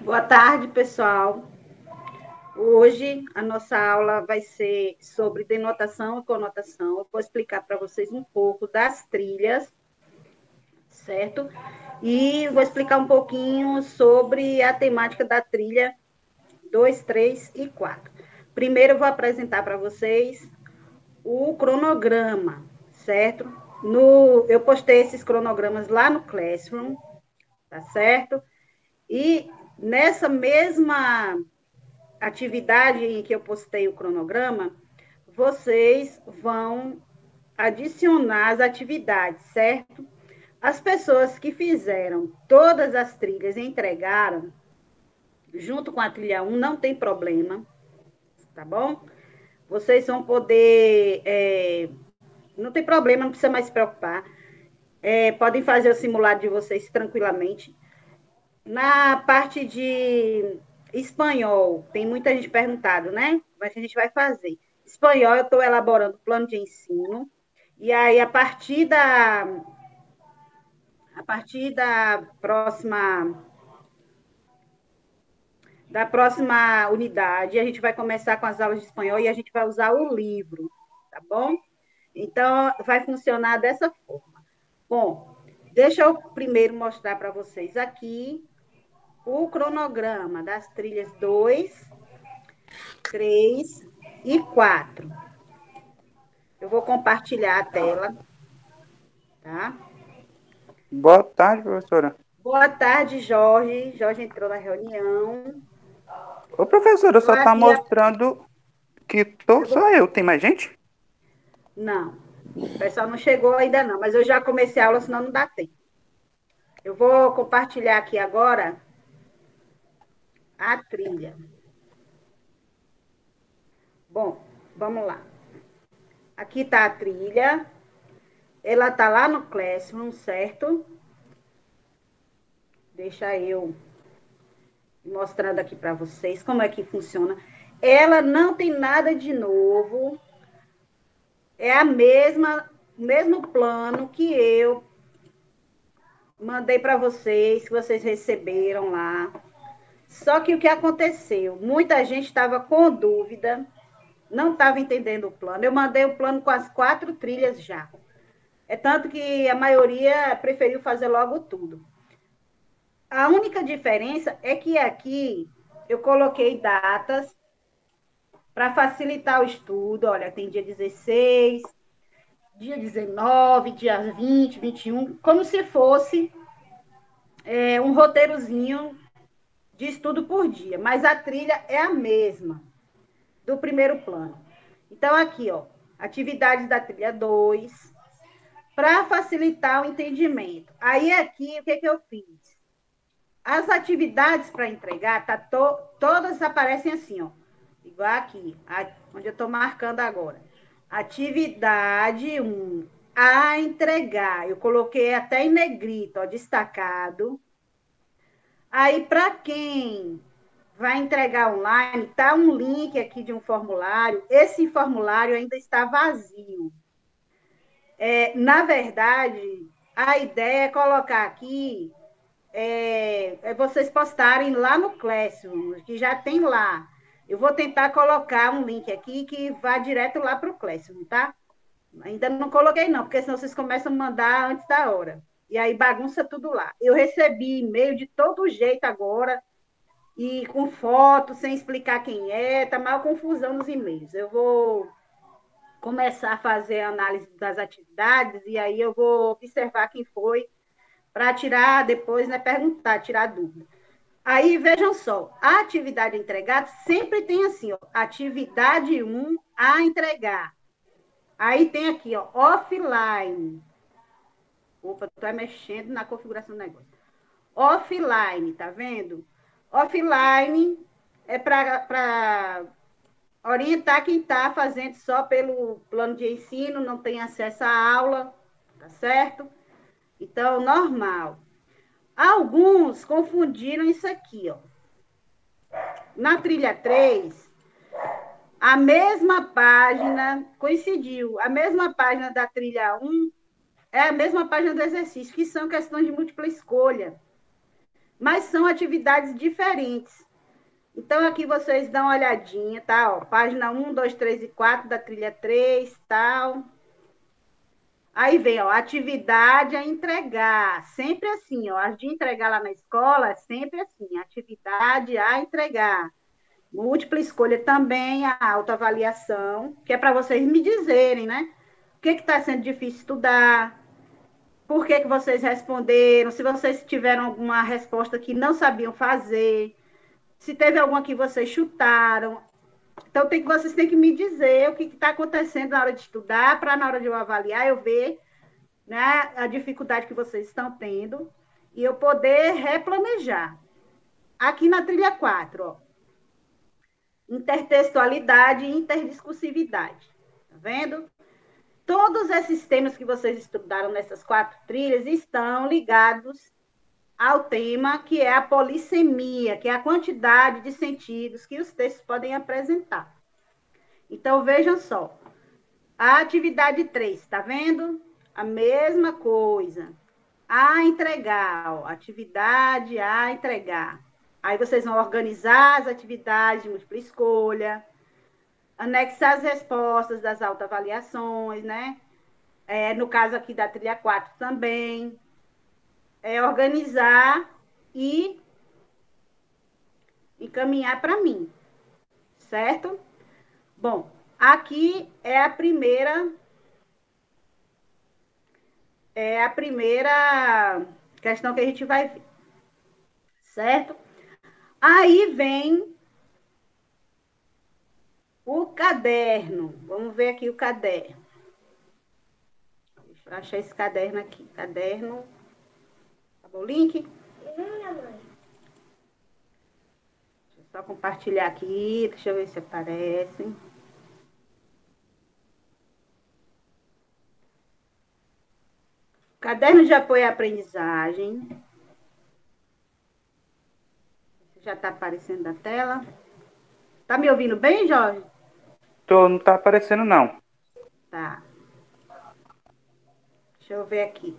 Boa tarde, pessoal. Hoje a nossa aula vai ser sobre denotação e conotação. Eu vou explicar para vocês um pouco das trilhas, certo? E vou explicar um pouquinho sobre a temática da trilha 2, 3 e 4. Primeiro eu vou apresentar para vocês o cronograma, certo? Eu postei esses cronogramas lá no Classroom, tá certo? E nessa mesma atividade em que eu postei o cronograma, vocês vão adicionar as atividades, certo? As pessoas que fizeram todas as trilhas e entregaram, junto com a trilha 1, não tem problema, tá bom? Vocês vão poder. Não tem problema, não precisa mais se preocupar. Podem fazer o simulado de vocês tranquilamente. Na parte de espanhol, tem muita gente perguntado, né? Como é que a gente vai fazer? Espanhol, eu estou elaborando o plano de ensino. E aí, a partir da próxima unidade, a gente vai começar com as aulas de espanhol e a gente vai usar o livro, tá bom? Então, vai funcionar dessa forma. Bom, deixa eu primeiro mostrar para vocês aqui o cronograma das trilhas 2, 3 e 4. Eu vou compartilhar a tela, tá? Boa tarde, professora. Boa tarde, Jorge. Jorge entrou na reunião. Ô, professora, Eu só tá havia. mostrando que só Chegou? eu. Tem mais gente? Não. O pessoal não chegou ainda não, mas eu já comecei a aula, senão não dá tempo. Eu vou compartilhar aqui agora a trilha. Bom, vamos lá. Aqui está a trilha. Ela está lá no Classroom, certo? Deixa eu mostrando aqui para vocês como é que funciona. Ela não tem nada de novo. É a mesmo plano que eu mandei para vocês, que vocês receberam lá. Só que o que aconteceu? Muita gente estava com dúvida, não estava entendendo o plano. Eu mandei o plano com as 4 trilhas já. É tanto que a maioria preferiu fazer logo tudo. A única diferença é que aqui eu coloquei datas para facilitar o estudo. Olha, tem dia 16, dia 19, dia 20, 21, como se fosse um roteirozinho de estudo por dia, mas a trilha é a mesma do primeiro plano. Então, aqui, ó, atividades da trilha 2, para facilitar o entendimento. Aí, aqui, o que, que eu fiz? As atividades para entregar, todas aparecem assim, ó, igual aqui, onde eu estou marcando agora. Atividade 1, a entregar. Eu coloquei até em negrito, ó, destacado. Aí, para quem vai entregar online, tá um link aqui de um formulário. Esse formulário ainda está vazio. Na verdade, a ideia é colocar aqui, vocês postarem lá no Classroom, que já tem lá. Eu vou tentar colocar um link aqui que vá direto lá para o Classroom, tá? Ainda não coloquei, não, porque senão vocês começam a mandar antes da hora. E aí bagunça tudo lá. Eu recebi e-mail de todo jeito agora, e com foto, sem explicar quem é, tá mal confusão nos e-mails. Eu vou começar a fazer a análise das atividades e aí eu vou observar quem foi para tirar depois, né, perguntar, tirar dúvida. Aí vejam só, a atividade entregada sempre tem assim, ó, atividade 1 a entregar. Aí tem aqui, ó, offline. Opa, estou mexendo na configuração do negócio. Offline, tá vendo? Offline é para orientar quem está fazendo só pelo plano de ensino, não tem acesso à aula, tá certo? Então, normal. Alguns confundiram isso aqui, ó. Na trilha 3, a mesma página, coincidiu, a mesma página da trilha 1 é a mesma página do exercício, que são questões de múltipla escolha. mas são atividades diferentes. Então, aqui vocês dão uma olhadinha, tá? Ó, página 1, 2, 3 e 4 da trilha 3, tal. Aí vem, ó, atividade a entregar. Sempre assim, ó. As de entregar lá na escola, sempre assim, atividade a entregar. Múltipla escolha também, a autoavaliação, que é para vocês me dizerem, né? O que está sendo difícil estudar, por que vocês responderam, se vocês tiveram alguma resposta que não sabiam fazer, se teve alguma que vocês chutaram. Então, vocês têm que me dizer o que está acontecendo na hora de estudar, para na hora de eu avaliar, eu ver, né, a dificuldade que vocês estão tendo e eu poder replanejar. Aqui na trilha 4, ó, intertextualidade e interdiscursividade. Tá vendo? Todos esses temas que vocês estudaram nessas 4 trilhas estão ligados ao tema que é a polissemia, que é a quantidade de sentidos que os textos podem apresentar. Então, vejam só. A atividade 3, está vendo? A mesma coisa. A entregar, ó, atividade a entregar. Aí vocês vão organizar as atividades de múltipla escolha, anexar as respostas das autoavaliações, né? No caso aqui da trilha 4 também. Organizar e encaminhar para mim, certo? Bom, aqui é a primeira questão que a gente vai ver, certo? Aí vem o caderno. Vamos ver aqui o caderno. Deixa eu achar esse caderno aqui. Caderno. Tá bom o link? Deixa eu só compartilhar aqui. Deixa eu ver se aparece. Caderno de apoio à aprendizagem. Já está aparecendo na tela. Tá me ouvindo bem, Jorge? Não tá aparecendo, não. Tá. Deixa eu ver aqui.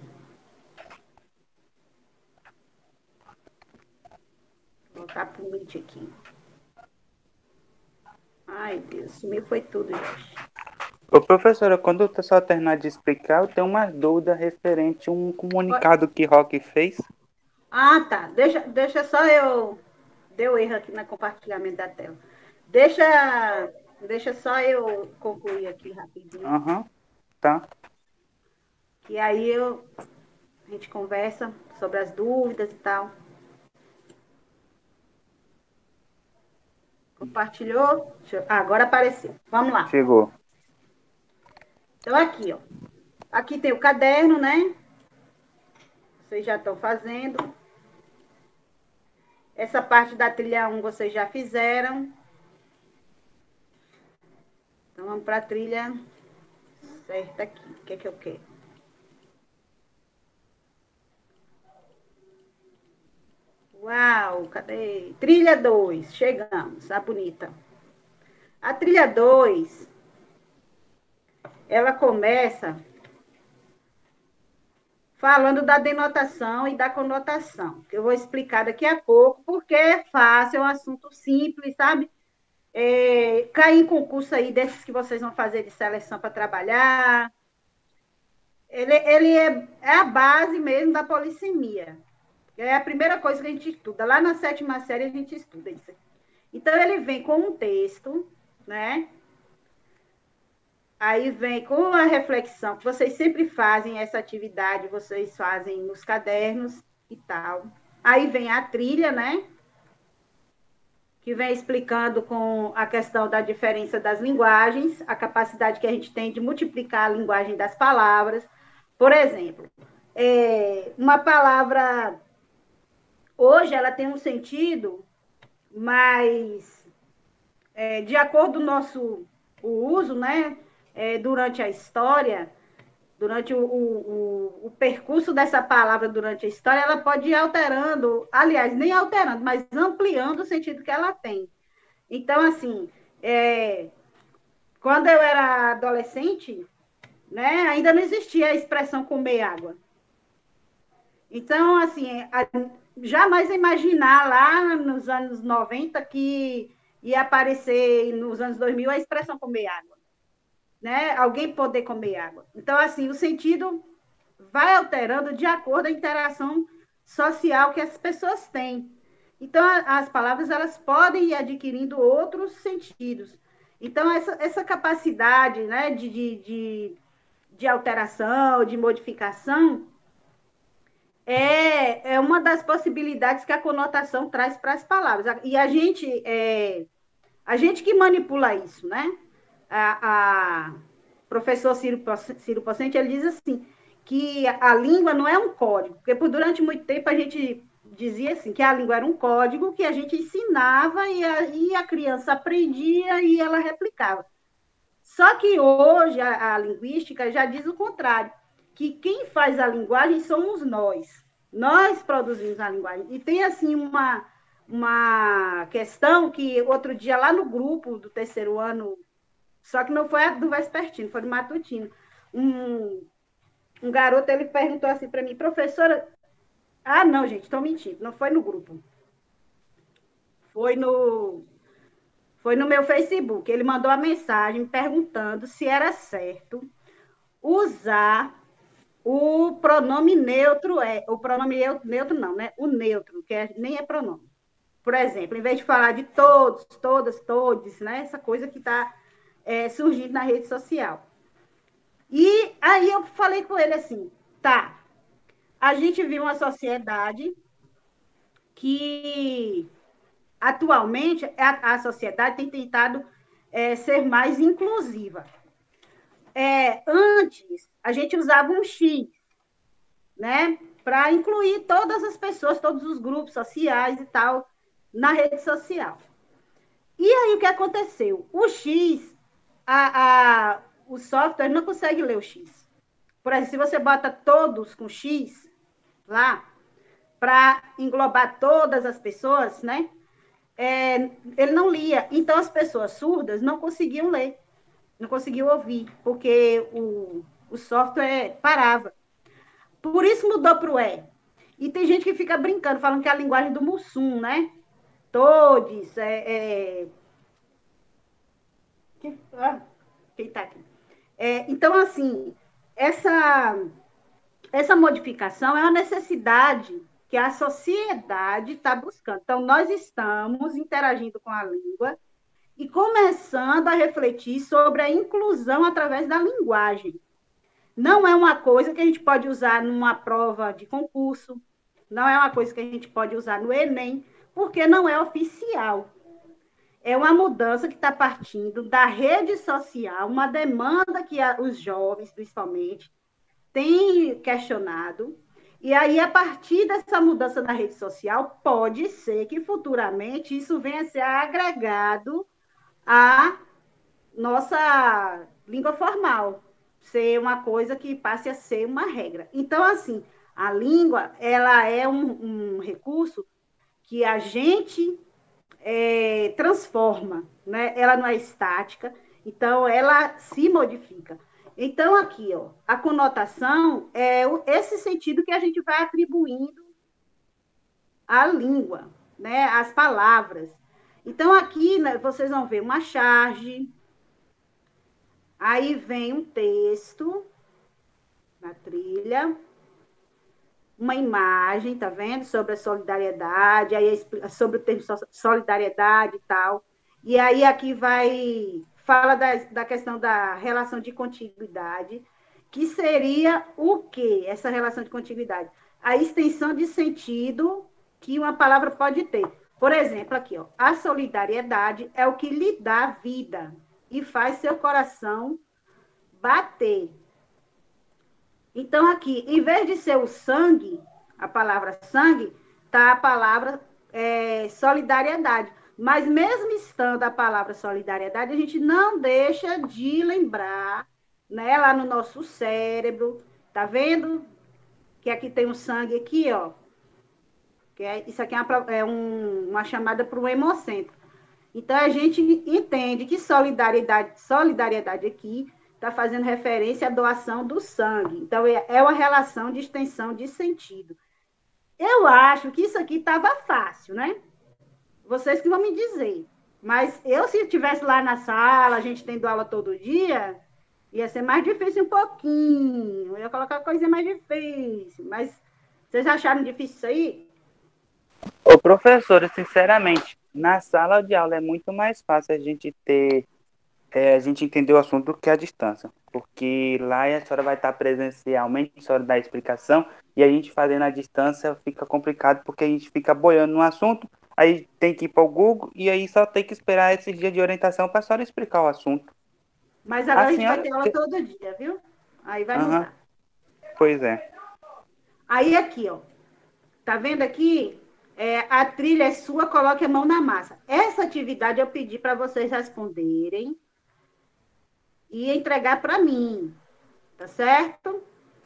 Vou voltar pro Meet aqui. Ai, Deus, sumiu foi tudo, gente. Ô, professora, quando eu só terminar de explicar, eu tenho uma dúvida referente a um comunicado que Rock fez. Ah, tá. Deixa só eu. Deu erro aqui no compartilhamento da tela. Deixa, deixa só eu concluir aqui rapidinho. Aham, tá. Que aí a gente conversa sobre as dúvidas e tal. Compartilhou? Agora apareceu. Vamos lá. Chegou. Então, aqui, ó. Aqui tem o caderno, né? Vocês já estão fazendo. Essa parte da trilha 1 vocês já fizeram. Então, vamos para a trilha certa aqui. O que é que eu quero? Uau, cadê? Trilha 2, chegamos, a bonita. A trilha 2, ela começa falando da denotação e da conotação, que eu vou explicar daqui a pouco, porque é fácil, é um assunto simples, sabe? Cair em concurso aí desses que vocês vão fazer de seleção para trabalhar. Ele é a base mesmo da polissemia. É a primeira coisa que a gente estuda. Lá na 7ª série a gente estuda isso. Então, ele vem com um texto, né? Aí vem com a reflexão, que vocês sempre fazem essa atividade, vocês fazem nos cadernos e tal. Aí vem a trilha, né? Que vem explicando com a questão da diferença das linguagens, a capacidade que a gente tem de multiplicar a linguagem das palavras. Por exemplo, uma palavra hoje ela tem um sentido, mas de acordo com o nosso uso, né? Durante a história, durante o percurso dessa palavra durante a história, ela pode ir alterando, aliás, nem alterando, mas ampliando o sentido que ela tem. Então, assim, quando eu era adolescente, né, ainda não existia a expressão comer água. Então, assim, jamais imaginar lá nos anos 90 que ia aparecer nos anos 2000 a expressão comer água, né? Alguém poder comer água. Então, assim, o sentido vai alterando de acordo com a interação social que as pessoas têm. Então, as palavras elas podem ir adquirindo outros sentidos. Então, essa capacidade, né, de alteração, de modificação, é uma das possibilidades que a conotação traz para as palavras. E a gente que manipula isso, né? A professor Ciro Pocente, ele diz assim, que a língua não é um código, porque durante muito tempo a gente dizia assim, que a língua era um código que a gente ensinava e a criança aprendia e ela replicava. Só que hoje a linguística já diz o contrário, que quem faz a linguagem somos nós. Nós produzimos a linguagem. E tem, assim, uma questão que outro dia lá no grupo do terceiro ano, só que não foi a do Vespertino, foi do Matutino, um garoto, ele perguntou assim para mim, professora, ah, não, gente, estou mentindo, não foi no grupo, foi no, foi no meu Facebook, ele mandou a mensagem perguntando se era certo usar o pronome neutro, o pronome neutro não, né? O neutro, que nem é pronome. Por exemplo, em vez de falar de todos, todas, todes, né? Essa coisa que está surgindo na rede social. E aí eu falei com ele assim, tá, a gente vive uma sociedade que atualmente a sociedade tem tentado ser mais inclusiva. Antes, a gente usava um X, né? Para incluir todas as pessoas, todos os grupos sociais e tal, na rede social. E aí o que aconteceu? O X, o software não consegue ler o X. Por exemplo, se você bota todos com X lá, para englobar todas as pessoas, né? Ele não lia. Então as pessoas surdas não conseguiam ler, não conseguiam ouvir, porque o software parava. Por isso mudou para o E. E tem gente que fica brincando, falando que é a linguagem do Mussum, né? Todes, quem tá aqui? Então, assim, essa, essa modificação é uma necessidade que a sociedade está buscando. Então, nós estamos interagindo com a língua e começando a refletir sobre a inclusão através da linguagem. Não é uma coisa que a gente pode usar numa prova de concurso, não é uma coisa que a gente pode usar no Enem, porque não é oficial. É uma mudança que está partindo da rede social, uma demanda que os jovens, principalmente, têm questionado. E aí, a partir dessa mudança na rede social, pode ser que futuramente isso venha a ser agregado à nossa língua formal, ser uma coisa que passe a ser uma regra. Então, assim, a língua, ela é um recurso que a gente transforma, né? Ela não é estática, então ela se modifica. Então, aqui, ó, a conotação é esse sentido que a gente vai atribuindo à língua, né? Às palavras. Então, aqui, né, vocês vão ver uma charge, aí vem um texto na trilha, uma imagem, tá vendo? Sobre a solidariedade, aí sobre o termo solidariedade e tal. E aí aqui fala da questão da relação de contiguidade, que seria o quê? Essa relação de contiguidade? A extensão de sentido que uma palavra pode ter. Por exemplo, aqui, ó, a solidariedade é o que lhe dá vida e faz seu coração bater. Então, aqui, em vez de ser o sangue, a palavra sangue, está a palavra solidariedade. Mas mesmo estando a palavra solidariedade, a gente não deixa de lembrar, né, lá no nosso cérebro, tá vendo? Que aqui tem um sangue aqui, ó. Isso aqui uma chamada para o hemocentro. Então, a gente entende que solidariedade aqui está fazendo referência à doação do sangue. Então, é uma relação de extensão de sentido. Eu acho que isso aqui estava fácil, né? Vocês que vão me dizer. Mas eu, se estivesse lá na sala, a gente tendo aula todo dia, ia ser mais difícil um pouquinho. Eu ia colocar coisa mais difícil. Mas vocês acharam difícil isso aí? Ô, professora, sinceramente, na sala de aula é muito mais fácil a gente entender o assunto do que a distância. Porque lá a senhora vai estar presencialmente, a senhora dá a explicação, e a gente fazendo a distância fica complicado porque a gente fica boiando no assunto, aí tem que ir para o Google, e aí só tem que esperar esse dia de orientação para a senhora explicar o assunto. Mas A agora a gente vai senhora. ter aula todo dia, viu? Aí vai Aham, mudar. pois é. Aí aqui, ó. Tá vendo aqui? A trilha é sua, coloque a mão na massa. Essa atividade eu pedi para vocês responderem e entregar para mim, tá certo?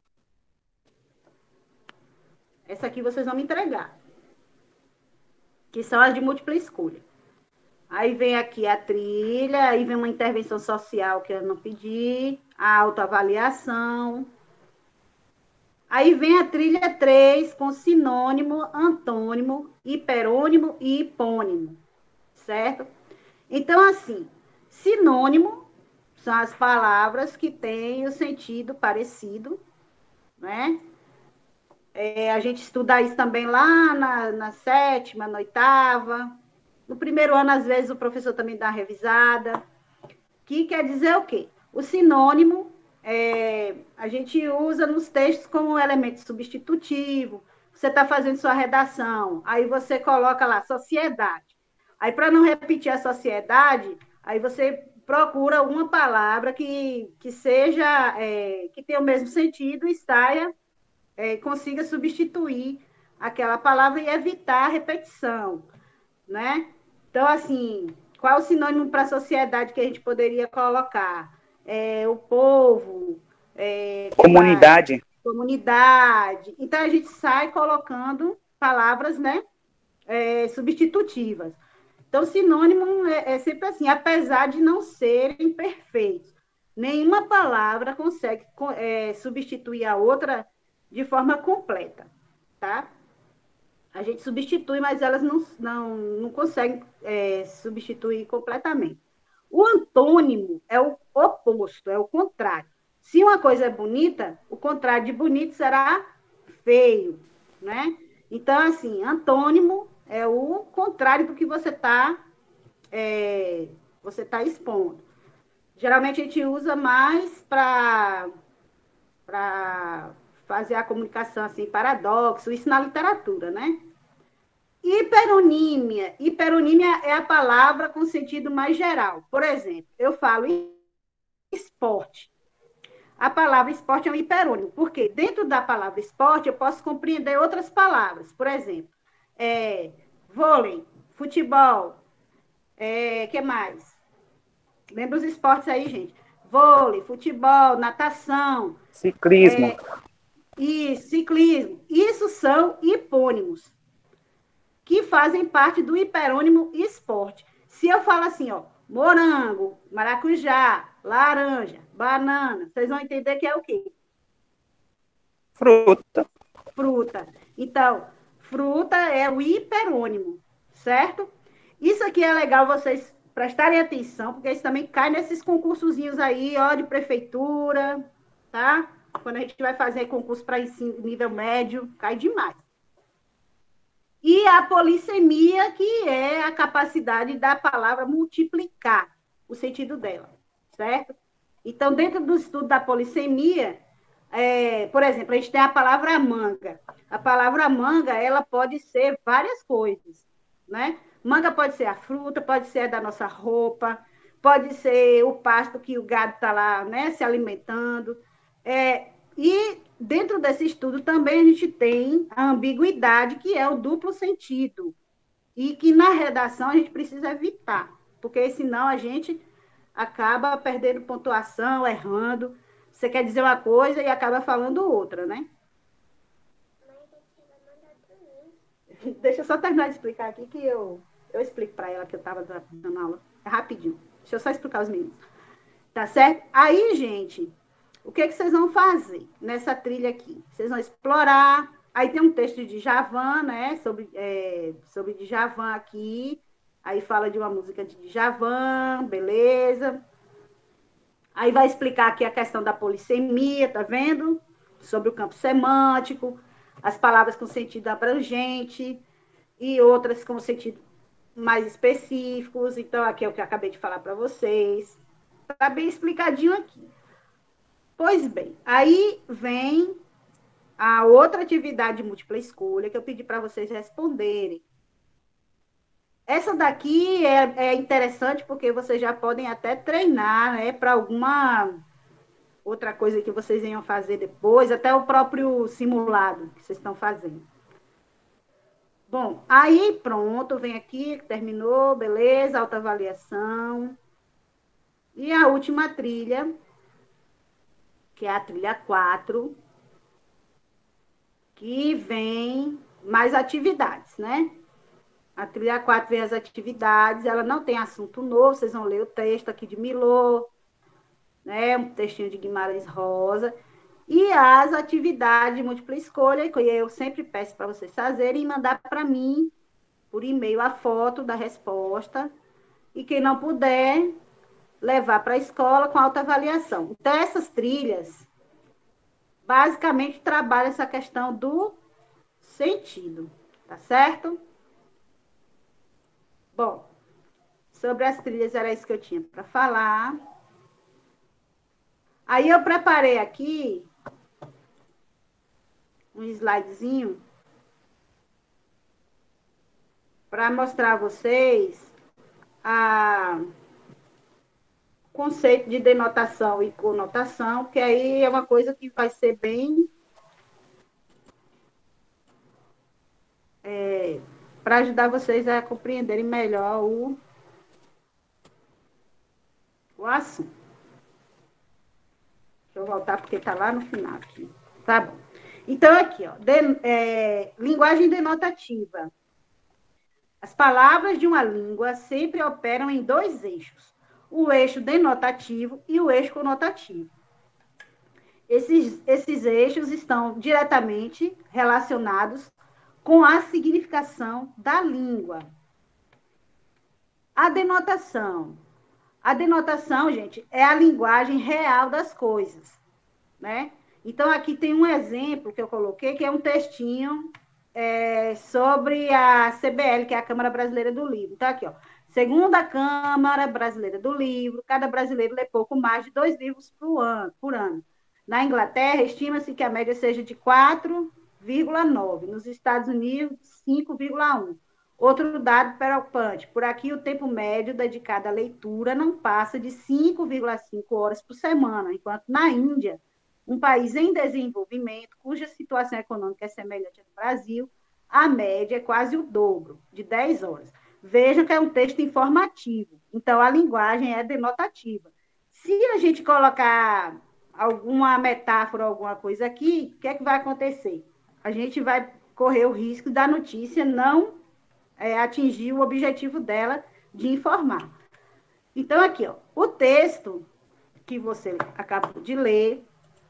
Essa aqui vocês vão me entregar, que são as de múltipla escolha. Aí vem aqui a trilha, aí vem uma intervenção social que eu não pedi, a autoavaliação. Aí vem a trilha 3 com sinônimo, antônimo, hiperônimo e hipônimo, certo? Então, assim, sinônimo são as palavras que têm o sentido parecido, né? A gente estuda isso também lá na sétima, na oitava. No primeiro ano, às vezes, o professor também dá uma revisada. Que quer dizer o quê? O sinônimo a gente usa nos textos como elemento substitutivo. Você está fazendo sua redação, aí você coloca lá sociedade. Aí, para não repetir a sociedade, aí você procura uma palavra que seja, que tenha o mesmo sentido e saia, consiga substituir aquela palavra e evitar a repetição, né? Então, assim, qual o sinônimo para a sociedade que a gente poderia colocar? O povo, que mais? Comunidade. Comunidade. Então, a gente sai colocando palavras, né, substitutivas. Então, sinônimo é sempre assim, apesar de não serem perfeitos. Nenhuma palavra consegue substituir a outra de forma completa, tá? A gente substitui, mas elas não conseguem substituir completamente. O antônimo é o oposto, é o contrário. Se uma coisa é bonita, o contrário de bonito será feio, né? Então, assim, antônimo é o contrário do que você tá expondo. Geralmente a gente usa mais para fazer a comunicação assim, paradoxo, isso na literatura, né? Hiperonímia. Hiperonímia é a palavra com sentido mais geral. Por exemplo, eu falo esporte. A palavra esporte é um hiperônimo, porque dentro da palavra esporte eu posso compreender outras palavras. Por exemplo, vôlei, futebol, que mais? Lembra os esportes aí, gente? Vôlei, futebol, natação, Ciclismo. e ciclismo. Isso são hipônimos, que fazem parte do hiperônimo esporte. Se eu falo assim, ó, morango, maracujá, laranja, banana, vocês vão entender que é o quê? Fruta. Fruta. Então, fruta é o hiperônimo, certo? Isso aqui é legal vocês prestarem atenção, porque isso também cai nesses concursozinhos aí, ó, de prefeitura, tá? Quando a gente vai fazer concurso para ensino nível médio, cai demais. E a polissemia, que é a capacidade da palavra multiplicar o sentido dela, certo? Então, dentro do estudo da polissemia, por exemplo, a gente tem a palavra manga. A palavra manga, ela pode ser várias coisas, né? Manga pode ser a fruta, pode ser da nossa roupa, pode ser o pasto que o gado está lá, né, se alimentando. E dentro desse estudo também a gente tem a ambiguidade, que é o duplo sentido, e que na redação a gente precisa evitar, porque senão a gente acaba perdendo pontuação, errando. Você quer dizer uma coisa e acaba falando outra, né? Deixa eu só terminar de explicar aqui que eu explico para ela que eu estava dando aula. É rapidinho. Deixa eu só explicar os meninos. Tá certo? Aí, gente, o que vocês vão fazer nessa trilha aqui? Vocês vão explorar Aí tem um texto de Djavan, né? Sobre Djavan aqui. Aí fala de uma música de Djavan, beleza. Aí vai explicar aqui a questão da polissemia, tá vendo? Sobre o campo semântico, as palavras com sentido abrangente e outras com sentido mais específicos. Então, aqui é o que eu acabei de falar para vocês. Tá bem explicadinho aqui. Pois bem, aí vem a outra atividade de múltipla escolha que eu pedi para vocês responderem. Essa daqui é interessante porque vocês já podem até treinar, né, para alguma outra coisa que vocês venham fazer depois, até o próprio simulado que vocês estão fazendo. Bom, aí pronto, vem aqui, terminou, beleza, autoavaliação. E a última trilha, que é a trilha 4, que vem mais atividades, né? A trilha 4 vem as atividades, ela não tem assunto novo, vocês vão ler o texto aqui de Milô, né? Um textinho de Guimarães Rosa. E as atividades de múltipla escolha, que eu sempre peço para vocês fazerem e mandar para mim, por e-mail, a foto da resposta. E quem não puder, levar para a escola com autoavaliação. Então, essas trilhas, basicamente, trabalham essa questão do sentido, tá certo? Bom, sobre as trilhas era isso que eu tinha para falar. Aí eu preparei aqui um slidezinho para mostrar a vocês o conceito de denotação e conotação, que aí é uma coisa que vai ser bem para ajudar vocês a compreenderem melhor o assunto. Deixa eu voltar porque está lá no final aqui. Tá bom. Então, aqui, ó, linguagem denotativa. As palavras de uma língua sempre operam em dois eixos, o eixo denotativo e o eixo conotativo. Esses eixos estão diretamente relacionados com a significação da língua. A denotação. A denotação, gente, é a linguagem real das coisas, né? Então, aqui tem um exemplo que eu coloquei, que é um textinho sobre a CBL, que é a Câmara Brasileira do Livro. Então, aqui, ó. Segundo a Câmara Brasileira do Livro, cada brasileiro lê pouco mais de 2 livros por ano. Na Inglaterra, estima-se que a média seja de 4,9. Nos Estados Unidos, 5,1. Outro dado preocupante: por aqui, o tempo médio dedicado à leitura não passa de 5,5 horas por semana, enquanto na Índia, um país em desenvolvimento, cuja situação econômica é semelhante ao do Brasil, a média é quase o dobro, de 10 horas. Vejam que é um texto informativo, então a linguagem é denotativa. Se a gente colocar alguma metáfora, alguma coisa aqui, o que é que vai acontecer? A gente vai correr o risco da notícia não atingir o objetivo dela de informar. Então, aqui, ó, o texto que você acabou de ler.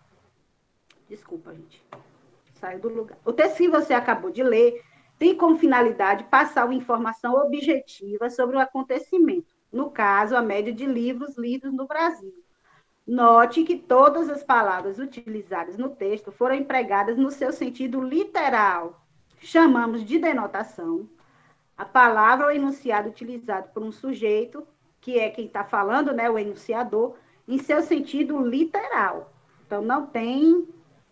Desculpa, gente. Saiu do lugar. O texto que você acabou de ler tem como finalidade passar uma informação objetiva sobre o acontecimento. No caso, a média de livros lidos no Brasil. Note que todas as palavras utilizadas no texto foram empregadas no seu sentido literal. Chamamos de denotação a palavra ou enunciado utilizado por um sujeito, que é quem está falando, né, o enunciador, em seu sentido literal. Então, não tem,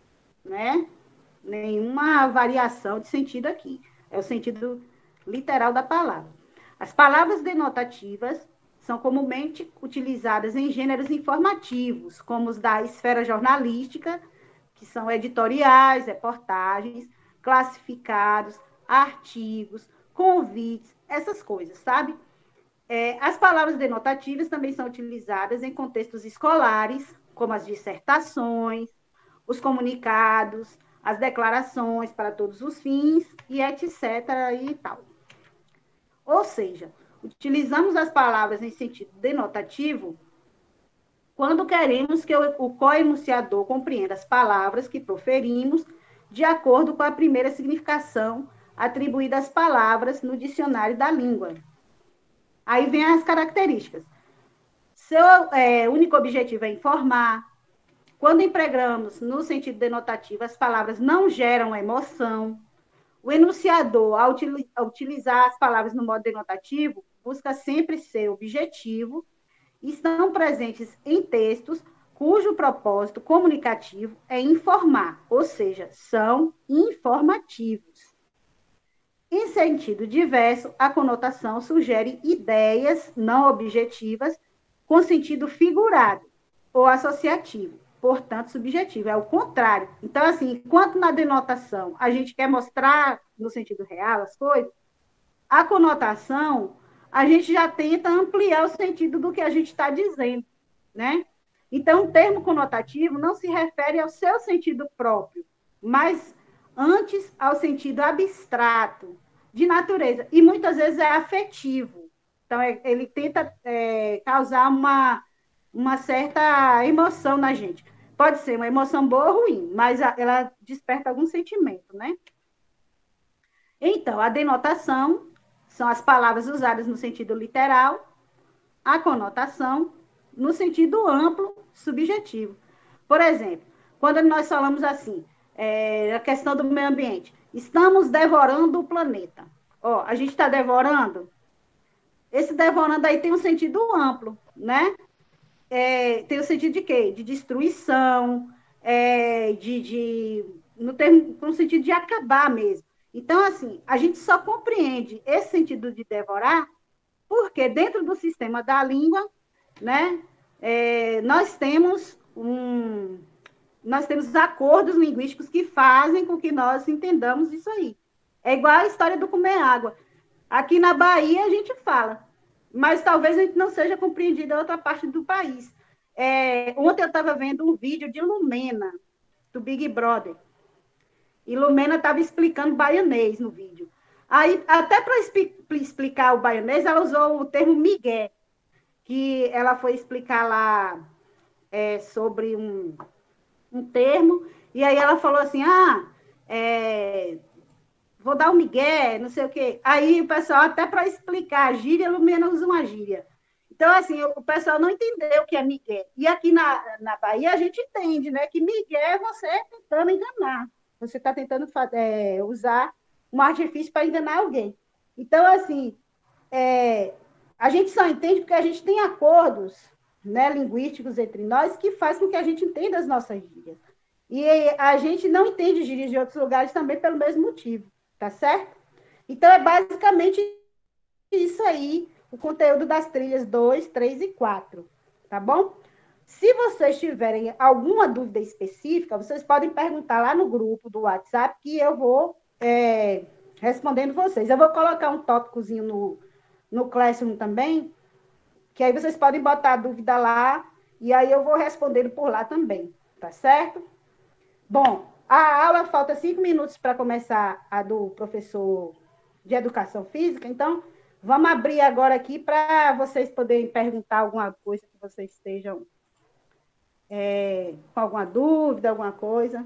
né, nenhuma variação de sentido aqui. É o sentido literal da palavra. As palavras denotativas são comumente utilizadas em gêneros informativos, como os da esfera jornalística, que são editoriais, reportagens, classificados, artigos, convites, essas coisas, sabe? As palavras denotativas também são utilizadas em contextos escolares, como as dissertações, os comunicados, as declarações para todos os fins, e etc. e tal. Ou seja, utilizamos as palavras em sentido denotativo quando queremos que o coenunciador compreenda as palavras que proferimos de acordo com a primeira significação atribuída às palavras no dicionário da língua. Aí vem as características. Seu único objetivo é informar. Quando empregamos no sentido denotativo, as palavras não geram emoção. O enunciador, ao utilizar as palavras no modo denotativo, busca sempre ser objetivo e estão presentes em textos cujo propósito comunicativo é informar, ou seja, são informativos. Em sentido diverso, a conotação sugere ideias não objetivas com sentido figurado ou associativo, portanto, subjetivo, é o contrário. Então, assim, enquanto na denotação a gente quer mostrar no sentido real as coisas, a conotação a gente já tenta ampliar o sentido do que a gente está dizendo, né? Então, o termo conotativo não se refere ao seu sentido próprio, mas antes ao sentido abstrato, de natureza, e muitas vezes é afetivo. Então, ele tenta causar uma certa emoção na gente. Pode ser uma emoção boa ou ruim, mas ela desperta algum sentimento, né? Então, a denotação são as palavras usadas no sentido literal, a conotação no sentido amplo, subjetivo. Por exemplo, quando nós falamos assim, a questão do meio ambiente, estamos devorando o planeta. Ó, a gente está devorando? Esse devorando aí tem um sentido amplo, né? Tem o sentido de quê? De destruição, no sentido de acabar mesmo. Então, assim, a gente só compreende esse sentido de devorar porque dentro do sistema da língua, né, nós temos acordos linguísticos que fazem com que nós entendamos isso aí. É igual a história do comer água. Aqui na Bahia a gente fala, mas talvez a gente não seja compreendido em outra parte do país. Ontem eu estava vendo um vídeo de Lumena, do Big Brother, e Lumena estava explicando baianês no vídeo. Aí, até para explicar o baianês, ela usou o termo migué, que ela foi explicar lá sobre um termo, e aí ela falou assim, vou dar um migué, não sei o quê. Aí o pessoal, até para explicar a gíria, Lumena usa uma gíria. Então, assim, o pessoal não entendeu o que é migué. E aqui na Bahia a gente entende, né? Que migué é você tentando enganar. Você está tentando usar um artifício para enganar alguém. Então, assim, a gente só entende porque a gente tem acordos, né, linguísticos entre nós que faz com que a gente entenda as nossas gírias. E a gente não entende gírias de outros lugares também pelo mesmo motivo, tá certo? Então, é basicamente isso aí, o conteúdo das trilhas 2, 3 e 4, tá bom? Se vocês tiverem alguma dúvida específica, vocês podem perguntar lá no grupo do WhatsApp que eu vou respondendo vocês. Eu vou colocar um tópicozinho no Classroom também, que aí vocês podem botar a dúvida lá e aí eu vou respondendo por lá também, tá certo? Bom, a aula falta 5 minutos para começar a do professor de Educação Física, então vamos abrir agora aqui para vocês poderem perguntar alguma coisa que vocês estejam com alguma dúvida, alguma coisa.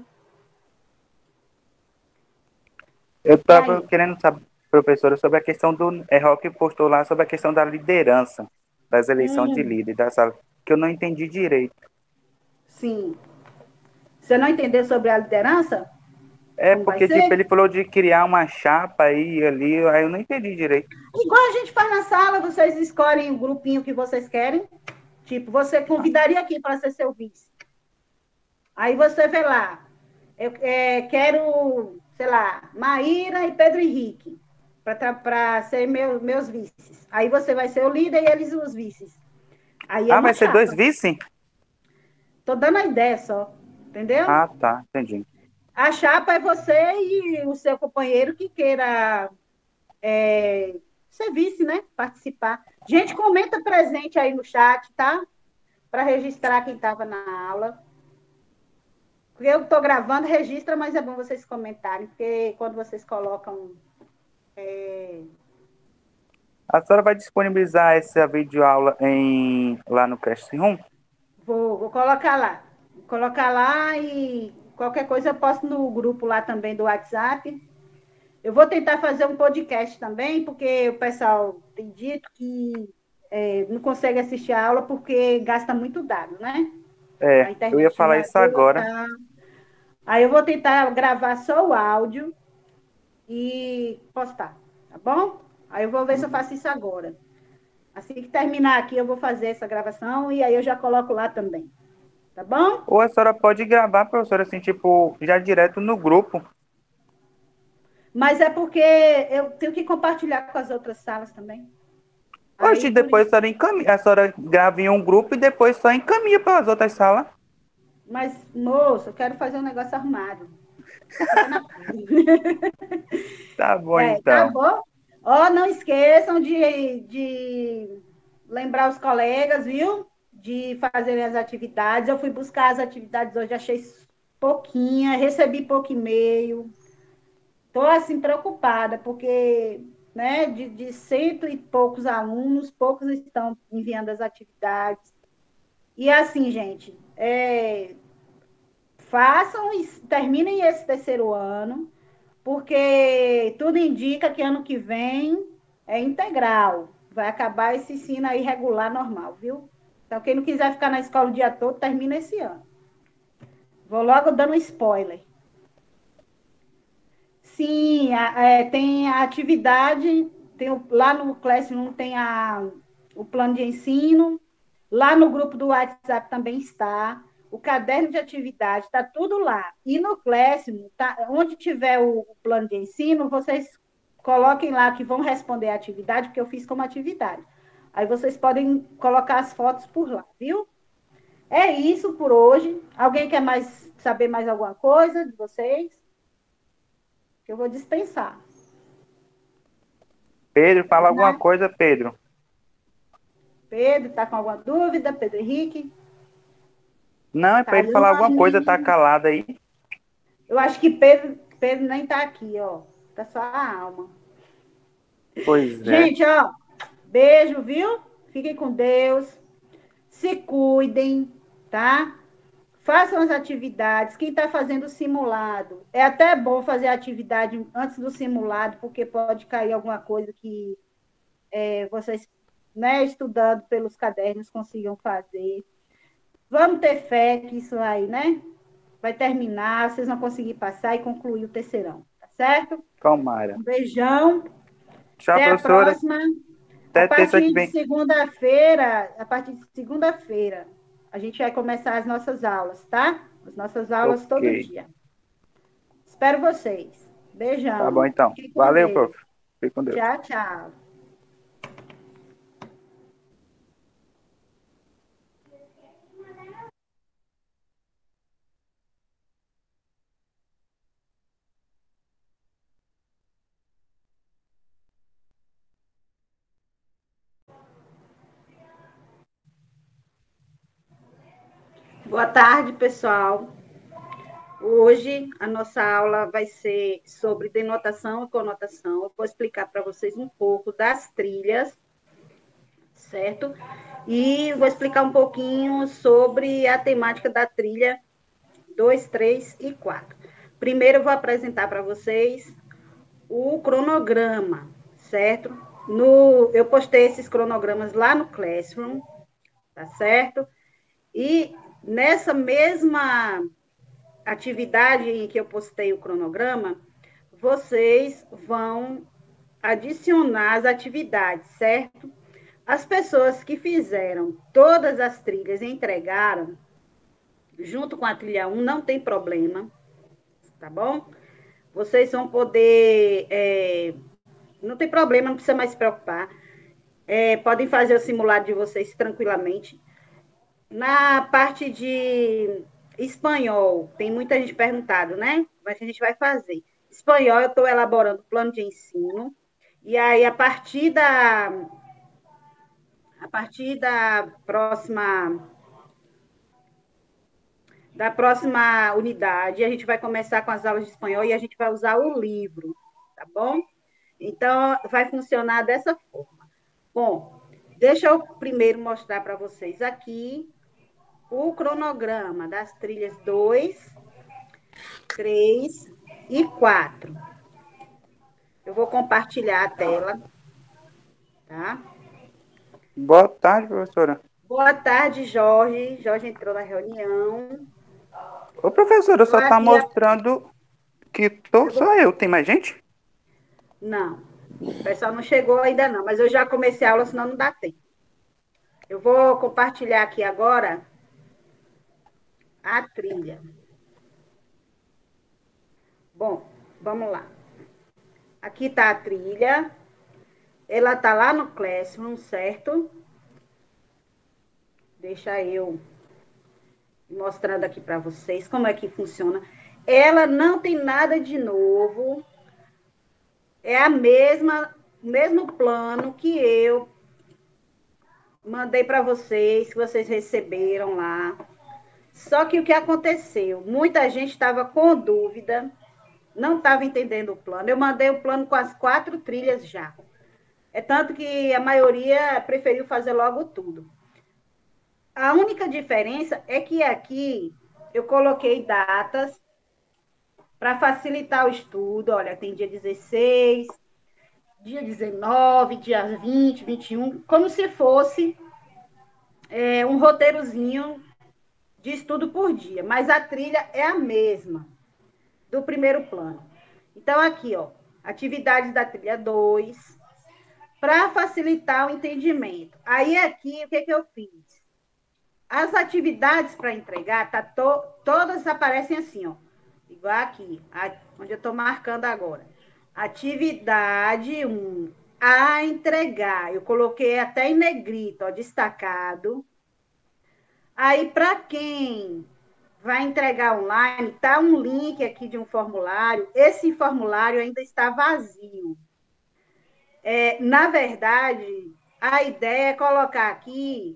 Eu E estava aí? querendo saber, professora, sobre a questão do. Rock postou lá sobre a questão da liderança, das eleições de líder da sala, que eu não entendi direito. Sim. Você não entendeu sobre a liderança? É Como vai porque, tipo, ser? ele falou de criar uma chapa aí ali, aí eu não entendi direito. Igual a gente faz na sala, vocês escolhem o grupinho que vocês querem. Tipo, você convidaria aqui para ser seu vice. Aí você vê lá, eu quero, sei lá, Maíra e Pedro Henrique para ser meus vices. Aí você vai ser o líder e eles os vices. Aí é Ah, uma vai ser dois chapa. vice? Tô dando a ideia só, entendeu? Ah, tá, entendi. A chapa é você e o seu companheiro que queira ser vice, né? Participar. Gente, comenta presente aí no chat, tá? Para registrar quem estava na aula. Porque eu estou gravando, registra, mas é bom vocês comentarem, porque quando vocês colocam. A senhora vai disponibilizar essa videoaula lá no Classroom? Vou colocar lá. Vou colocar lá e qualquer coisa eu posto no grupo lá também do WhatsApp. Eu vou tentar fazer um podcast também, porque o pessoal tem dito que não consegue assistir a aula porque gasta muito dado, né? A Eu ia internet não falar isso ajuda, agora. tá? Aí eu vou tentar gravar só o áudio e postar, tá bom? Aí eu vou ver se eu faço isso agora. Assim que terminar aqui, eu vou fazer essa gravação e aí eu já coloco lá também, tá bom? Ou a senhora pode gravar, professora, assim, tipo, já direto no grupo. Mas é porque eu tenho que compartilhar com as outras salas também. Hoje Aí por depois isso. a senhora grava em um grupo e depois só encaminha para as outras salas. Mas, moço, eu quero fazer um negócio arrumado. Fica na paz. Tá bom, Tá então. bom? Ó, não esqueçam de lembrar os colegas, viu? De fazerem as atividades. Eu fui buscar as atividades hoje, achei pouquinha, recebi pouco e-mail. Estou, assim, preocupada, porque, né, de cento e poucos alunos, poucos estão enviando as atividades. E, assim, gente, façam e terminem esse terceiro ano, porque tudo indica que ano que vem é integral. Vai acabar esse ensino aí regular normal, viu? Então, quem não quiser ficar na escola o dia todo, termina esse ano. Vou logo dando um spoiler. Sim, tem a atividade, lá no Classroom tem o plano de ensino, lá no grupo do WhatsApp também está, o caderno de atividade, está tudo lá. E no Classroom, tá, onde tiver o plano de ensino, vocês coloquem lá que vão responder a atividade, porque eu fiz como atividade. Aí vocês podem colocar as fotos por lá, viu? É isso por hoje. Alguém quer mais saber mais alguma coisa de vocês? Que eu vou dispensar. Pedro, fala alguma coisa, Pedro. Pedro, está com alguma dúvida? Pedro Henrique? Não, é para ele falar alguma coisa, tá Talone. calado aí. Eu acho que Pedro nem está aqui, ó. Tá só a alma. Pois é. Gente, ó, beijo, viu? Fiquem com Deus. Se cuidem, tá? Façam as atividades. Quem está fazendo simulado, é até bom fazer a atividade antes do simulado, porque pode cair alguma coisa que vocês, né, estudando pelos cadernos, consigam fazer. Vamos ter fé que isso aí, né? Vai terminar, vocês vão conseguir passar e concluir o terceirão, tá certo? Tomara. Um beijão, Tchau, até a professora. próxima. A Até terça que partir de vem. segunda-feira, a gente vai começar as nossas aulas, tá? As nossas aulas Ok. todo dia. Espero vocês. Tá bom, Beijão. então. Fiquem com Valeu, Deus. prof. Fique com Deus. Tchau, tchau. Boa tarde, pessoal. Hoje a nossa aula vai ser sobre denotação e conotação. Eu vou explicar para vocês um pouco das trilhas, certo? E vou explicar um pouquinho sobre a temática da trilha 2, 3 e 4. Primeiro eu vou apresentar para vocês o cronograma, certo? Eu postei esses cronogramas lá no Classroom, tá certo? E nessa mesma atividade em que eu postei o cronograma, vocês vão adicionar as atividades, certo? As pessoas que fizeram todas as trilhas e entregaram, junto com a trilha 1, não tem problema, tá bom? Vocês vão poder. Não tem problema, não precisa mais se preocupar. Podem fazer o simulado de vocês tranquilamente. Na parte de espanhol, tem muita gente perguntado, né? Como é que a gente vai fazer? Espanhol, eu estou elaborando plano de ensino. E aí, a partir da próxima unidade, a gente vai começar com as aulas de espanhol e a gente vai usar o livro, tá bom? Então, vai funcionar dessa forma. Bom, deixa eu primeiro mostrar para vocês aqui o cronograma das trilhas 2 3 e 4. Eu vou compartilhar a tela, tá? Boa tarde, professora. Boa tarde, Jorge. Jorge entrou na reunião. Ô, professora, Tô só tá aqui. mostrando que tô Eu vou... só eu. Tem mais gente? Não, o pessoal não chegou ainda não, mas eu já comecei a aula, senão não dá tempo. Eu vou compartilhar aqui agora a trilha. Bom, vamos lá. Aqui está a trilha. Ela está lá no Classroom, certo? Deixa eu mostrando aqui para vocês como é que funciona. Ela não tem nada de novo. É a mesma, o mesmo plano que eu mandei para vocês, que vocês receberam lá. Só que o que aconteceu? Muita gente estava com dúvida, não estava entendendo o plano. Eu mandei o plano com as 4 trilhas já. É tanto que a maioria preferiu fazer logo tudo. A única diferença é que aqui eu coloquei datas para facilitar o estudo. Olha, tem dia 16, dia 19, dia 20, 21, como se fosse um roteirozinho de estudo por dia. Mas a trilha é a mesma do primeiro plano. Então, aqui, ó, atividades da trilha 2, para facilitar o entendimento. Aí, aqui, o que, que eu fiz? As atividades para entregar, todas aparecem assim, ó. Igual aqui, onde eu estou marcando agora. Atividade 1, a entregar. Eu coloquei até em negrito, ó, destacado. Aí, para quem vai entregar online, tá um link aqui de um formulário. Esse formulário ainda está vazio. Na verdade, a ideia é colocar aqui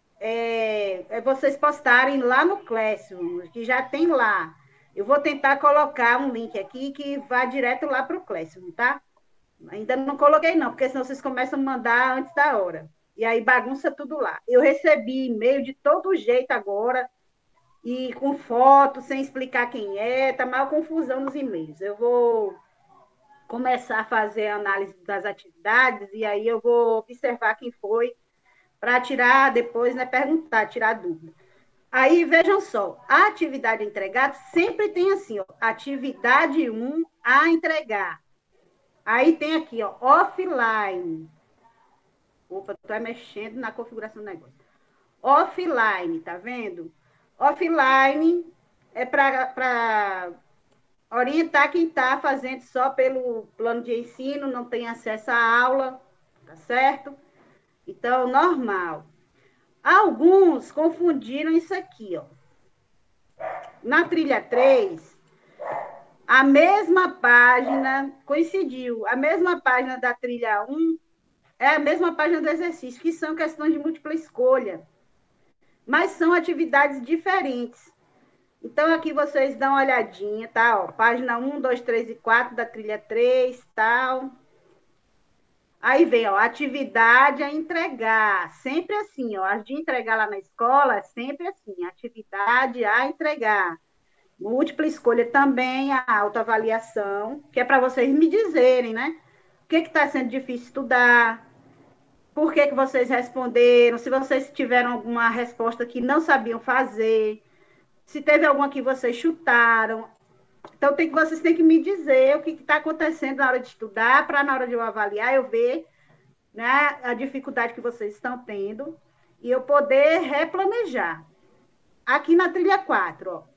vocês postarem lá no Classroom, que já tem lá. Eu vou tentar colocar um link aqui que vá direto lá para o Classroom, tá? Ainda não coloquei, não, porque senão vocês começam a mandar antes da hora. E aí bagunça tudo lá. Eu recebi e-mail de todo jeito agora, e com foto, sem explicar quem é, tá mal confusão nos e-mails. Eu vou começar a fazer a análise das atividades e aí eu vou observar quem foi para tirar depois, né, perguntar, tirar dúvida. Aí, vejam só, a atividade entregada sempre tem assim, ó, atividade 1 a entregar. Aí tem aqui, ó, offline. Opa, estou mexendo na configuração do negócio. Offline, tá vendo? Offline é para orientar quem está fazendo só pelo plano de ensino, não tem acesso à aula, tá certo? Então, normal. Alguns confundiram isso aqui, ó. Na trilha 3, a mesma página coincidiu, a mesma página da trilha 1 é a mesma página do exercício, que são questões de múltipla escolha, mas são atividades diferentes. Então, aqui vocês dão uma olhadinha, tá? Ó, página 1, 2, 3 e 4 da trilha 3, tal. Aí vem, ó, atividade a entregar. Sempre assim, ó. As de entregar lá na escola, é sempre assim, atividade a entregar. Múltipla escolha também, a autoavaliação, que é para vocês me dizerem, né? O que está sendo difícil estudar, por que vocês responderam, se vocês tiveram alguma resposta que não sabiam fazer, se teve alguma que vocês chutaram. Então, vocês têm que me dizer o que está acontecendo na hora de estudar, para na hora de eu avaliar, eu ver, né, a dificuldade que vocês estão tendo e eu poder replanejar. Aqui na trilha 4, ó,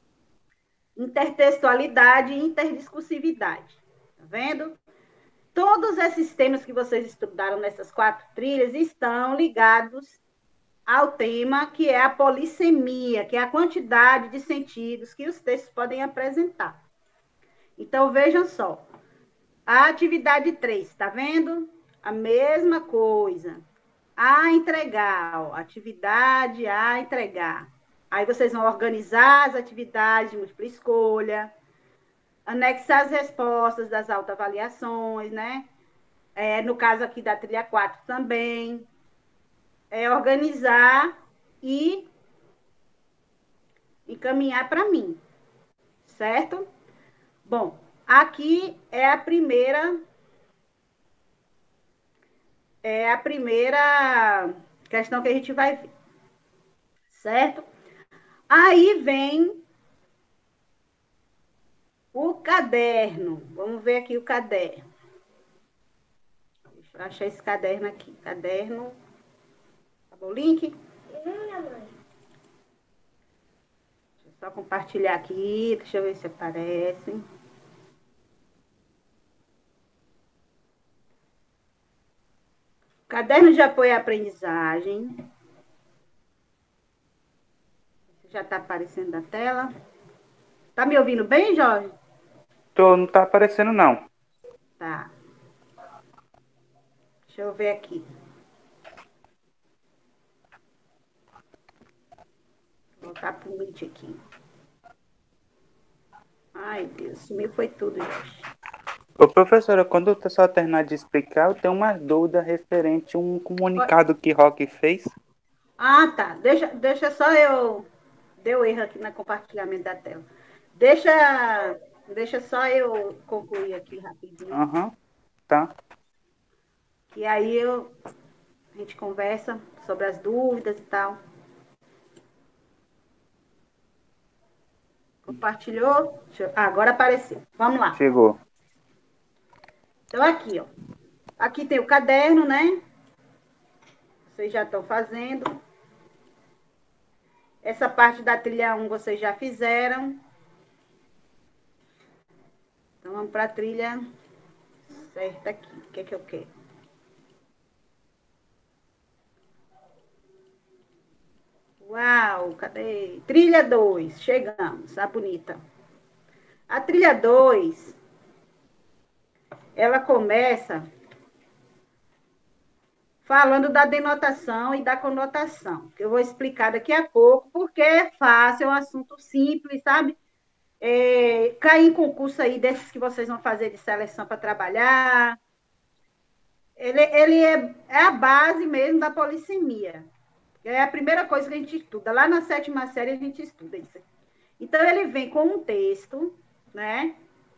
intertextualidade e interdiscursividade. Tá vendo? Todos esses temas que vocês estudaram nessas 4 trilhas estão ligados ao tema que é a polissemia, que é a quantidade de sentidos que os textos podem apresentar. Então, vejam só. A atividade 3, está vendo? A mesma coisa. A entregar, ó, atividade a entregar. Aí vocês vão organizar as atividades de múltipla escolha, anexar as respostas das autoavaliações, né? No caso aqui da trilha 4 também. Organizar e encaminhar para mim, certo? Bom, aqui é a primeira questão que a gente vai ver, certo? Aí vem o caderno. Vamos ver aqui o caderno. Deixa eu achar esse caderno aqui. Caderno. Tá bom o link? Deixa eu só compartilhar aqui. Deixa eu ver se aparece. Caderno de apoio à aprendizagem. Já está aparecendo na tela. Tá me ouvindo bem, Jorge? Não tá aparecendo, não. Tá. Deixa eu ver aqui. Vou voltar pro Meet aqui. Ai, Deus, sumiu foi tudo, Jorge. Ô, professora, quando o pessoal terminar de explicar, eu tenho uma dúvida referente a um comunicado que Rock fez. Ah, tá. Deixa só eu. Deu erro aqui no compartilhamento da tela. Deixa só eu concluir aqui rapidinho. Aham, tá. Que aí a gente conversa sobre as dúvidas e tal. Compartilhou? Agora apareceu. Vamos lá. Chegou. Então, aqui, ó. Aqui tem o caderno, né? Vocês já estão fazendo. Essa parte da trilha 1 vocês já fizeram. Então, vamos para a trilha certa aqui. O que é que eu quero? Uau, cadê? Trilha 2, chegamos, a bonita. A trilha 2, ela começa falando da denotação e da conotação, que eu vou explicar daqui a pouco, porque é fácil, é um assunto simples, sabe? Cair em concurso aí desses que vocês vão fazer de seleção para trabalhar. Ele é a base mesmo da polissemia. É a primeira coisa que a gente estuda. Lá na 7ª série a gente estuda isso. Então, ele vem com um texto, né?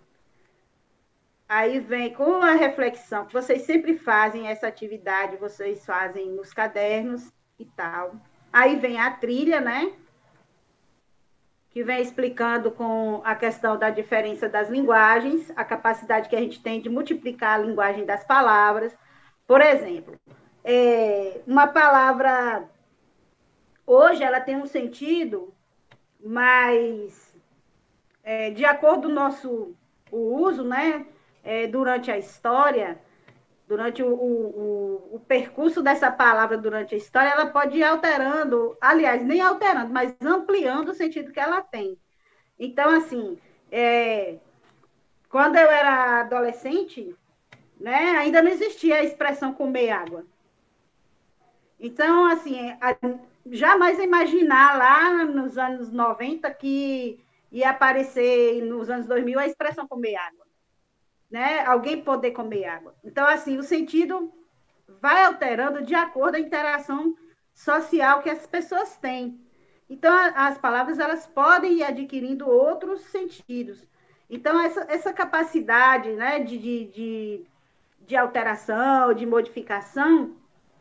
Aí vem com a reflexão, que vocês sempre fazem essa atividade, vocês fazem nos cadernos e tal. Aí vem a trilha, né? Que vem explicando com a questão da diferença das linguagens, a capacidade que a gente tem de multiplicar a linguagem das palavras. Por exemplo, uma palavra hoje ela tem um sentido mais de acordo com o nosso uso, né? Durante a história, durante o percurso dessa palavra durante a história, ela pode ir alterando, aliás, nem alterando, mas ampliando o sentido que ela tem. Então, assim, quando eu era adolescente, né, ainda não existia a expressão comer água. Então, assim, jamais imaginar lá nos anos 90 que ia aparecer nos anos 2000 a expressão comer água, né? Alguém poder comer água. Então, assim, o sentido vai alterando de acordo com a interação social que as pessoas têm. Então, as palavras elas podem ir adquirindo outros sentidos. Então, essa capacidade, né, de alteração, de modificação,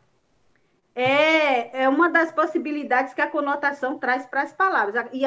é uma das possibilidades que a conotação traz para as palavras. E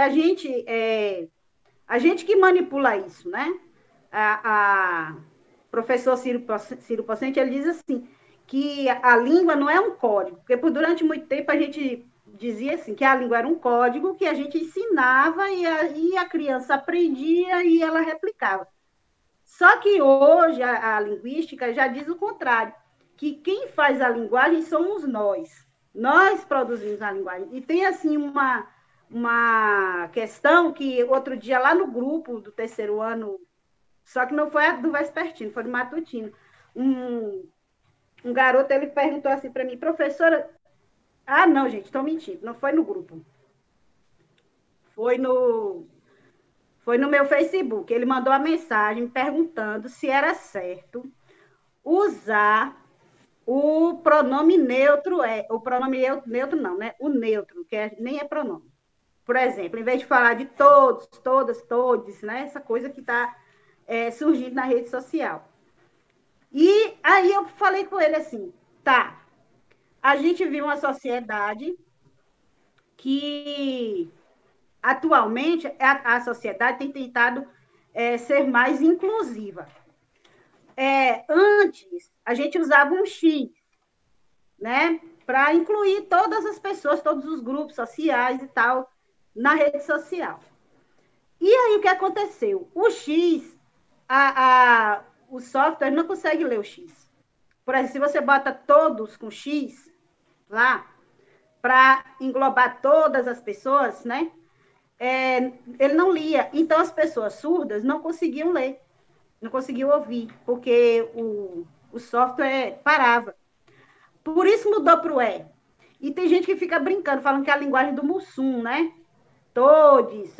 a gente que manipula isso, né? A professor Ciro Pocente, ele diz assim, que a língua não é um código, porque durante muito tempo a gente dizia assim, que a língua era um código que a gente ensinava e a criança aprendia e ela replicava. Só que hoje a linguística já diz o contrário, que quem faz a linguagem somos nós. Nós produzimos a linguagem. E tem, assim, uma questão que outro dia lá no grupo do 3º ano, só que não foi a do Vespertino, foi do Matutino, um garoto, ele perguntou assim para mim, professora, não, gente, estou mentindo, não foi no grupo. Foi no meu Facebook. Ele mandou a mensagem perguntando se era certo usar o pronome neutro, o pronome neutro não, né? O neutro, nem é pronome. Por exemplo, em vez de falar de todos, todas, todes, né? Essa coisa que está surgindo na rede social. E aí eu falei com ele assim, tá, a gente vive uma sociedade que atualmente a sociedade tem tentado ser mais inclusiva. Antes, a gente usava um X, né, para incluir todas as pessoas, todos os grupos sociais e tal, na rede social. E aí o que aconteceu? O X, o software não consegue ler o X. Por exemplo, se você bota todos com X lá, para englobar todas as pessoas, né? Ele não lia. Então, as pessoas surdas não conseguiam ler, não conseguiam ouvir, porque o software parava. Por isso mudou para o E. E tem gente que fica brincando, falando que é a linguagem do Mussum, né? Todes,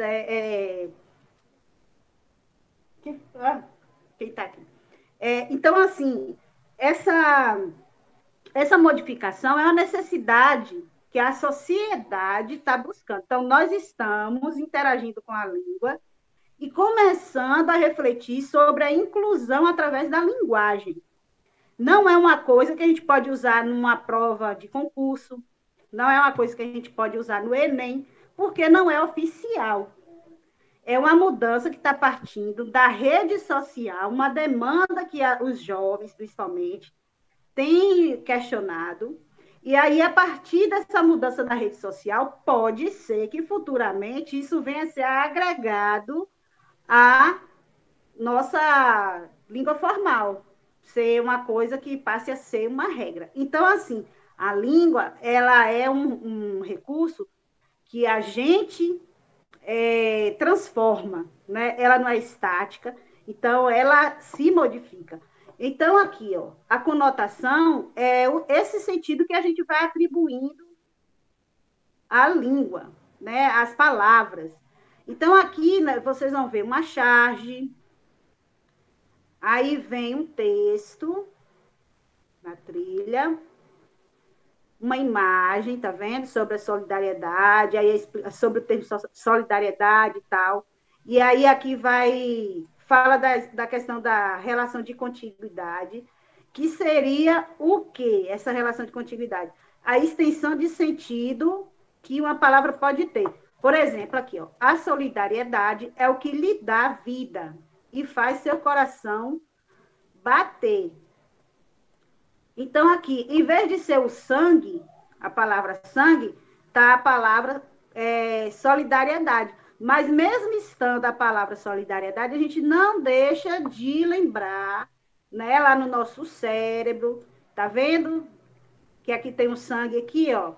quem tá aqui? Então, assim, essa, essa modificação é uma necessidade que a sociedade está buscando. Então, nós estamos interagindo com a língua e começando a refletir sobre a inclusão através da linguagem. Não é uma coisa que a gente pode usar numa prova de concurso, não é uma coisa que a gente pode usar no Enem, porque não é oficial. É uma mudança que está partindo da rede social, uma demanda que os jovens, principalmente, têm questionado. E aí, a partir dessa mudança na rede social, pode ser que futuramente isso venha a ser agregado à nossa língua formal, ser uma coisa que passe a ser uma regra. Então, assim, a língua, ela é um recurso que a gente transforma, né? Ela não é estática, então ela se modifica. Então, aqui, ó, a conotação é esse sentido que a gente vai atribuindo à língua, né? Às palavras. Então, aqui, né, vocês vão ver uma charge, aí vem um texto na trilha, uma imagem, tá vendo? Sobre a solidariedade, aí sobre o termo solidariedade e tal. E aí aqui fala da questão da relação de contiguidade, que seria o quê? Essa relação de contiguidade? A extensão de sentido que uma palavra pode ter. Por exemplo, aqui, ó, a solidariedade é o que lhe dá vida e faz seu coração bater. Então, aqui, em vez de ser o sangue, a palavra sangue, tá a palavra solidariedade. Mas mesmo estando a palavra solidariedade, a gente não deixa de lembrar, né, lá no nosso cérebro, tá vendo? Que aqui tem um sangue aqui, ó.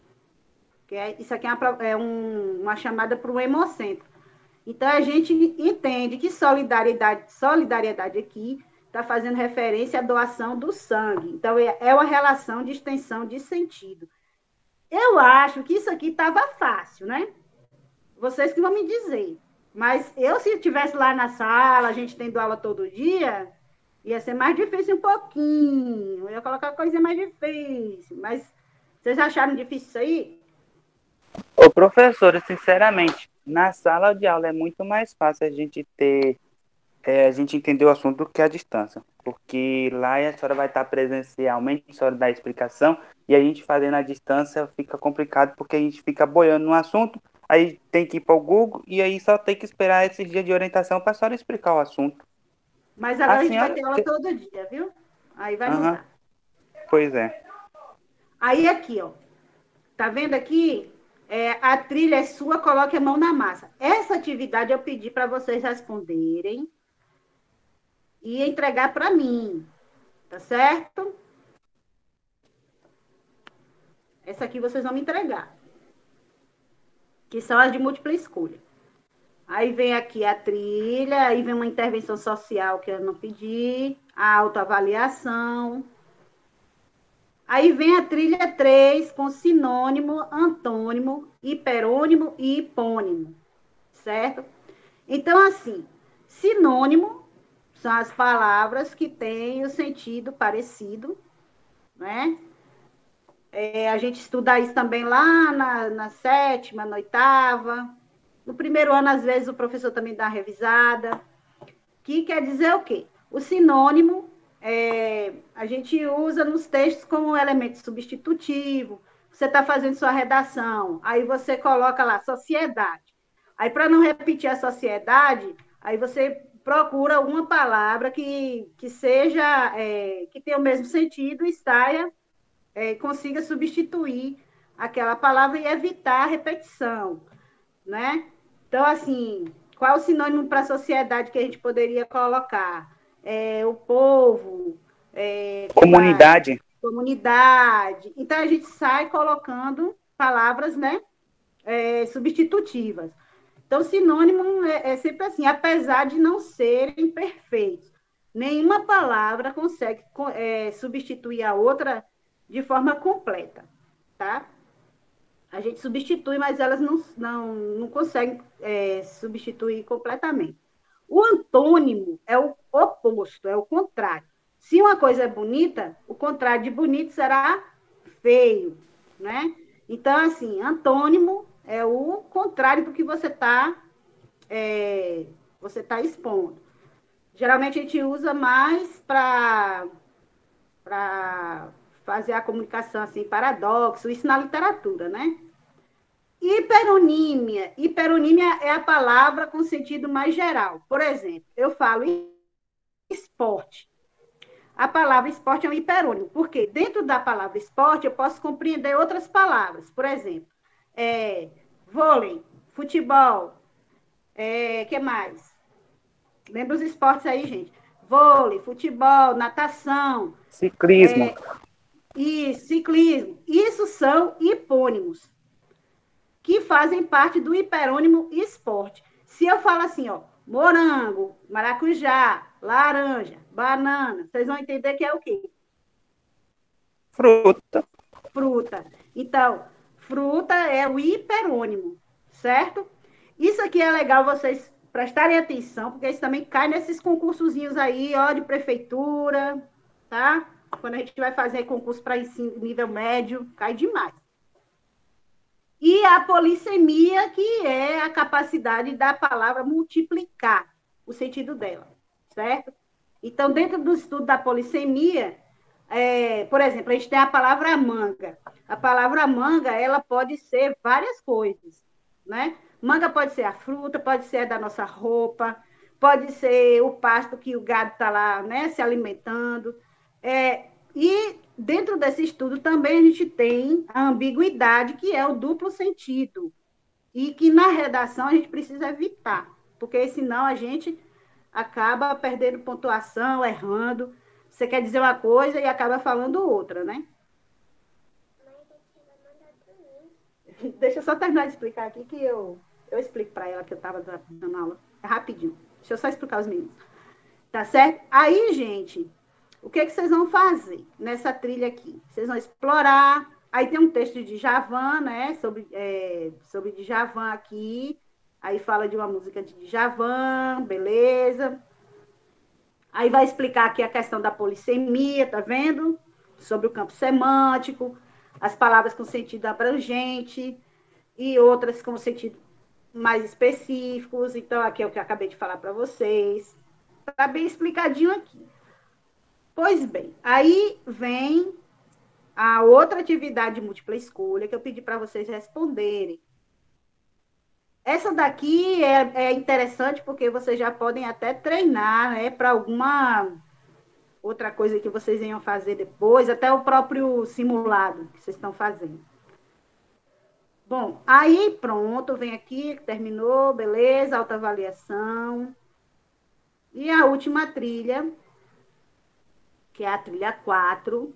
Isso aqui uma chamada para o hemocentro. Então, a gente entende que solidariedade aqui está fazendo referência à doação do sangue. Então, é uma relação de extensão de sentido. Eu acho que isso aqui estava fácil, né? Vocês que vão me dizer. Mas eu, se estivesse lá na sala, a gente tendo aula todo dia, ia ser mais difícil um pouquinho. Eu ia colocar coisa mais difícil. Mas vocês acharam difícil isso aí? Ô, professora, sinceramente, na sala de aula é muito mais fácil a gente entender o assunto do que a distância, porque lá a senhora vai estar presencialmente, a senhora dá a explicação, e a gente fazendo a distância fica complicado, porque a gente fica boiando no assunto, aí tem que ir para o Google, e aí só tem que esperar esses dias de orientação para a senhora explicar o assunto. Mas A agora a gente vai senhora... ter aula todo dia, viu? Aí vai Aham, mudar. pois é. Aí aqui, ó. Tá vendo aqui? A trilha é sua, coloque a mão na massa. Essa atividade eu pedi para vocês responderem e entregar para mim, tá certo? Essa aqui vocês vão me entregar, que são as de múltipla escolha. Aí vem aqui a trilha, aí vem uma intervenção social que eu não pedi, a autoavaliação. Aí vem a trilha 3 com sinônimo, antônimo, hiperônimo e hipônimo, certo? Então, assim, sinônimo são as palavras que têm o sentido parecido, né? A gente estuda isso também lá na sétima, na oitava. No primeiro ano, às vezes, o professor também dá uma revisada. Que quer dizer o quê? O sinônimo a gente usa nos textos como elemento substitutivo. Você está fazendo sua redação, aí você coloca lá sociedade. Aí, para não repetir a sociedade, aí você procura uma palavra que seja, que tenha o mesmo sentido e saia, consiga substituir aquela palavra e evitar a repetição, né? Então, assim, qual o sinônimo para a sociedade que a gente poderia colocar? O povo, que mais? Comunidade. Comunidade. Então, a gente sai colocando palavras, né, substitutivas. Então, sinônimo é sempre assim, apesar de não serem perfeitos. Nenhuma palavra consegue substituir a outra de forma completa, tá? A gente substitui, mas elas não conseguem substituir completamente. O antônimo é o oposto, é o contrário. Se uma coisa é bonita, o contrário de bonito será feio, né? Então, assim, antônimo é o contrário do que você tá expondo. Geralmente a gente usa mais para fazer a comunicação assim, paradoxo, isso na literatura, né? Hiperonímia. Hiperonímia é a palavra com sentido mais geral. Por exemplo, eu falo esporte. A palavra esporte é um hiperônimo, porque dentro da palavra esporte eu posso compreender outras palavras. Por exemplo, vôlei, futebol, que mais? Lembra os esportes aí, gente? Vôlei, futebol, natação, Ciclismo. e ciclismo. Isso são hipônimos, que fazem parte do hiperônimo esporte. Se eu falo assim, ó, morango, maracujá, laranja, banana, vocês vão entender que é o quê? Fruta. Fruta. Então, fruta é o hiperônimo, certo? Isso aqui é legal vocês prestarem atenção, porque isso também cai nesses concursozinhos aí, ó, de prefeitura, tá? Quando a gente vai fazer concurso para ensino nível médio, cai demais. E a polissemia, que é a capacidade da palavra multiplicar o sentido dela, certo? Então, dentro do estudo da polissemia, por exemplo, a gente tem a palavra manga. A palavra manga, ela pode ser várias coisas, né? Manga pode ser a fruta, pode ser da nossa roupa, pode ser o pasto que o gado está lá, né, se alimentando. E dentro desse estudo também a gente tem a ambiguidade, que é o duplo sentido, e que na redação a gente precisa evitar, porque senão a gente acaba perdendo pontuação, errando. Você quer dizer uma coisa e acaba falando outra, né? Deixa eu só terminar de explicar aqui que eu explico para ela que eu estava dando aula. É rapidinho. Deixa eu só explicar os meninos. Tá certo? Aí, gente, o que vocês vão fazer nessa trilha aqui? Vocês vão explorar. Aí tem um texto de Djavan, né? Sobre Djavan aqui. Aí fala de uma música de Djavan, beleza. Aí vai explicar aqui a questão da polissemia, tá vendo? Sobre o campo semântico, as palavras com sentido abrangente e outras com sentido mais específicos. Então, aqui é o que eu acabei de falar para vocês. Tá bem explicadinho aqui. Pois bem, aí vem a outra atividade de múltipla escolha que eu pedi para vocês responderem. Essa daqui é interessante porque vocês já podem até treinar, né, para alguma outra coisa que vocês venham fazer depois, até o próprio simulado que vocês estão fazendo. Bom, aí pronto, vem aqui, terminou, beleza, autoavaliação. E a última trilha, que é a trilha 4,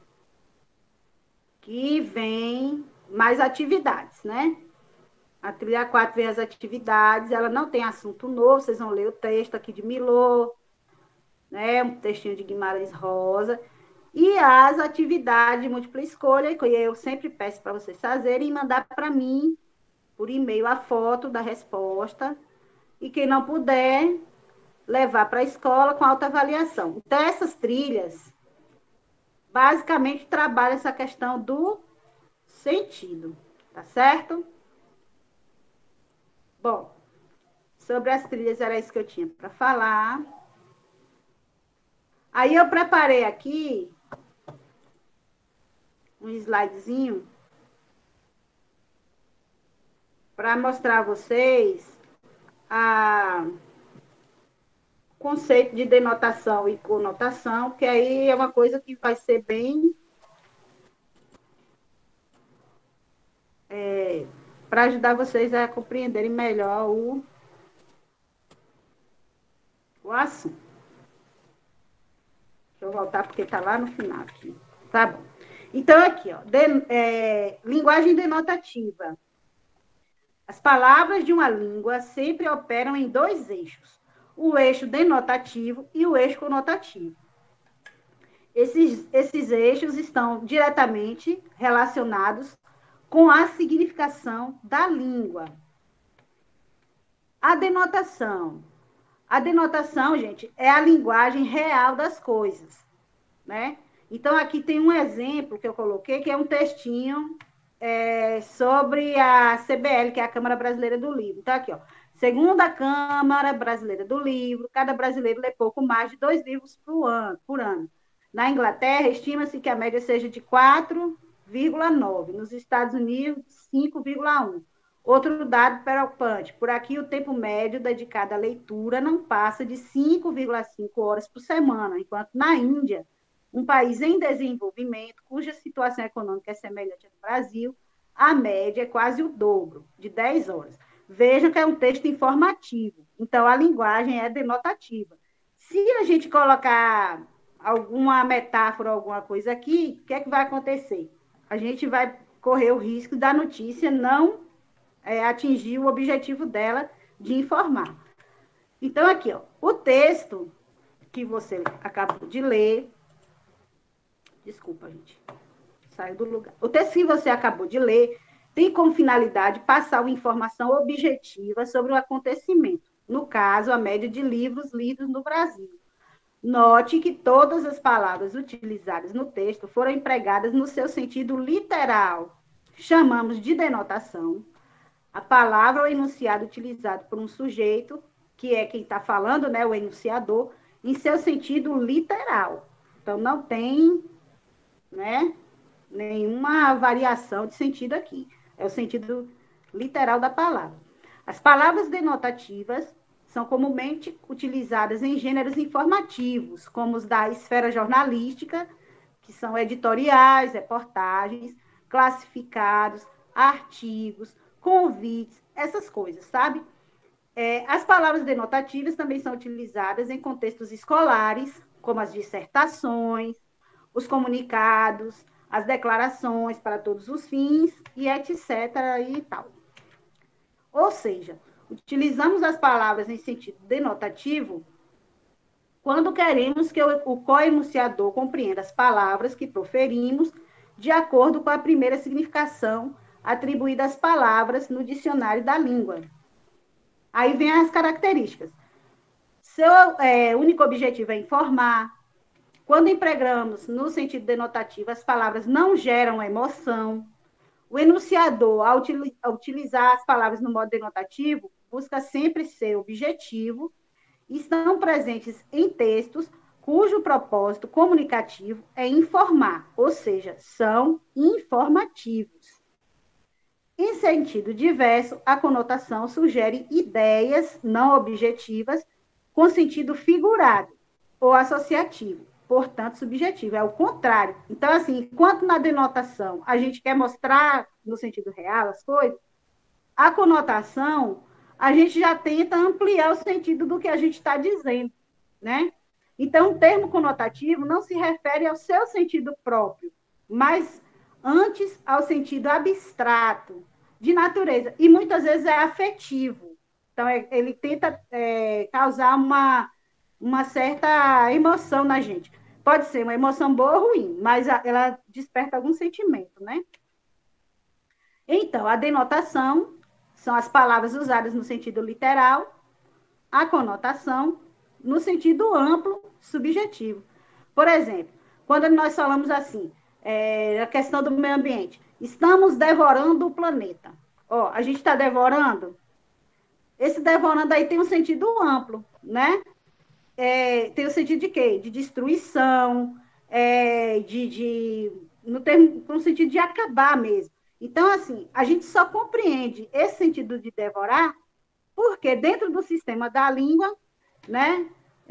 que vem mais atividades, né? A trilha 4 vem as atividades, ela não tem assunto novo, vocês vão ler o texto aqui de Milô, né? Um textinho de Guimarães Rosa. E as atividades de múltipla escolha, que eu sempre peço para vocês fazerem e mandar para mim, por e-mail, a foto da resposta. E quem não puder, levar para a escola com autoavaliação. Então, essas trilhas, basicamente, trabalham essa questão do sentido, tá certo? Bom, sobre as trilhas era isso que eu tinha para falar. Aí eu preparei aqui um slidezinho para mostrar a vocês o conceito de denotação e conotação, que aí é uma coisa que vai ser bem para ajudar vocês a compreenderem melhor o assunto. Deixa eu voltar porque está lá no final aqui. Tá bom. Então, aqui, ó, linguagem denotativa. As palavras de uma língua sempre operam em dois eixos, o eixo denotativo e o eixo conotativo. Esses eixos estão diretamente relacionados com a significação da língua. A denotação. A denotação, gente, é a linguagem real das coisas, né? Então, aqui tem um exemplo que eu coloquei, que é um textinho sobre a CBL, que é a Câmara Brasileira do Livro. Então, aqui, ó. Segundo a Câmara Brasileira do Livro, cada brasileiro lê pouco mais de 2 livros por ano. Na Inglaterra, estima-se que a média seja de 4,9. Nos Estados Unidos, 5,1. Outro dado preocupante, por aqui o tempo médio dedicado à leitura não passa de 5,5 horas por semana, enquanto na Índia, um país em desenvolvimento, cuja situação econômica é semelhante ao do Brasil, a média é quase o dobro, de 10 horas. Vejam que é um texto informativo, então a linguagem é denotativa. Se a gente colocar alguma metáfora, alguma coisa aqui, o que é que vai acontecer? A gente vai correr o risco da notícia não atingir o objetivo dela de informar. Então, aqui, ó, o texto que você acabou de ler. Desculpa, gente. Saiu do lugar. O texto que você acabou de ler tem como finalidade passar uma informação objetiva sobre o acontecimento. No caso, a média de livros lidos no Brasil. Note que todas as palavras utilizadas no texto foram empregadas no seu sentido literal. Chamamos de denotação a palavra ou enunciado utilizado por um sujeito, que é quem está falando, né, o enunciador, em seu sentido literal. Então, não tem, né, nenhuma variação de sentido aqui. É o sentido literal da palavra. As palavras denotativas são comumente utilizadas em gêneros informativos, como os da esfera jornalística, que são editoriais, reportagens, classificados, artigos, convites, essas coisas, sabe? As palavras denotativas também são utilizadas em contextos escolares, como as dissertações, os comunicados, as declarações para todos os fins, e etc. e tal. Ou seja, utilizamos as palavras em sentido denotativo quando queremos que o coenunciador compreenda as palavras que proferimos de acordo com a primeira significação atribuída às palavras no dicionário da língua. Aí vem as características. Seu único objetivo é informar. Quando empregamos no sentido denotativo, as palavras não geram emoção. O enunciador, ao utilizar as palavras no modo denotativo, busca sempre ser objetivo. Estão presentes em textos cujo propósito comunicativo é informar, ou seja, são informativos. Em sentido diverso, a conotação sugere ideias não objetivas com sentido figurado ou associativo, portanto, subjetivo. É o contrário. Então, assim, enquanto na denotação a gente quer mostrar no sentido real as coisas, a conotação a gente já tenta ampliar o sentido do que a gente está dizendo, né? Então, o termo conotativo não se refere ao seu sentido próprio, mas antes ao sentido abstrato, de natureza, e muitas vezes é afetivo. Então, ele tenta causar uma certa emoção na gente. Pode ser uma emoção boa ou ruim, mas ela desperta algum sentimento, né? Então, a denotação são as palavras usadas no sentido literal, a conotação no sentido amplo, subjetivo. Por exemplo, quando nós falamos assim, a questão do meio ambiente, Estamos devorando o planeta. Ó, a gente está devorando. Esse devorando aí tem um sentido amplo, né? Tem o sentido de quê? De destruição, no termo, no sentido de acabar mesmo. Então, assim, a gente só compreende esse sentido de devorar porque dentro do sistema da língua, né,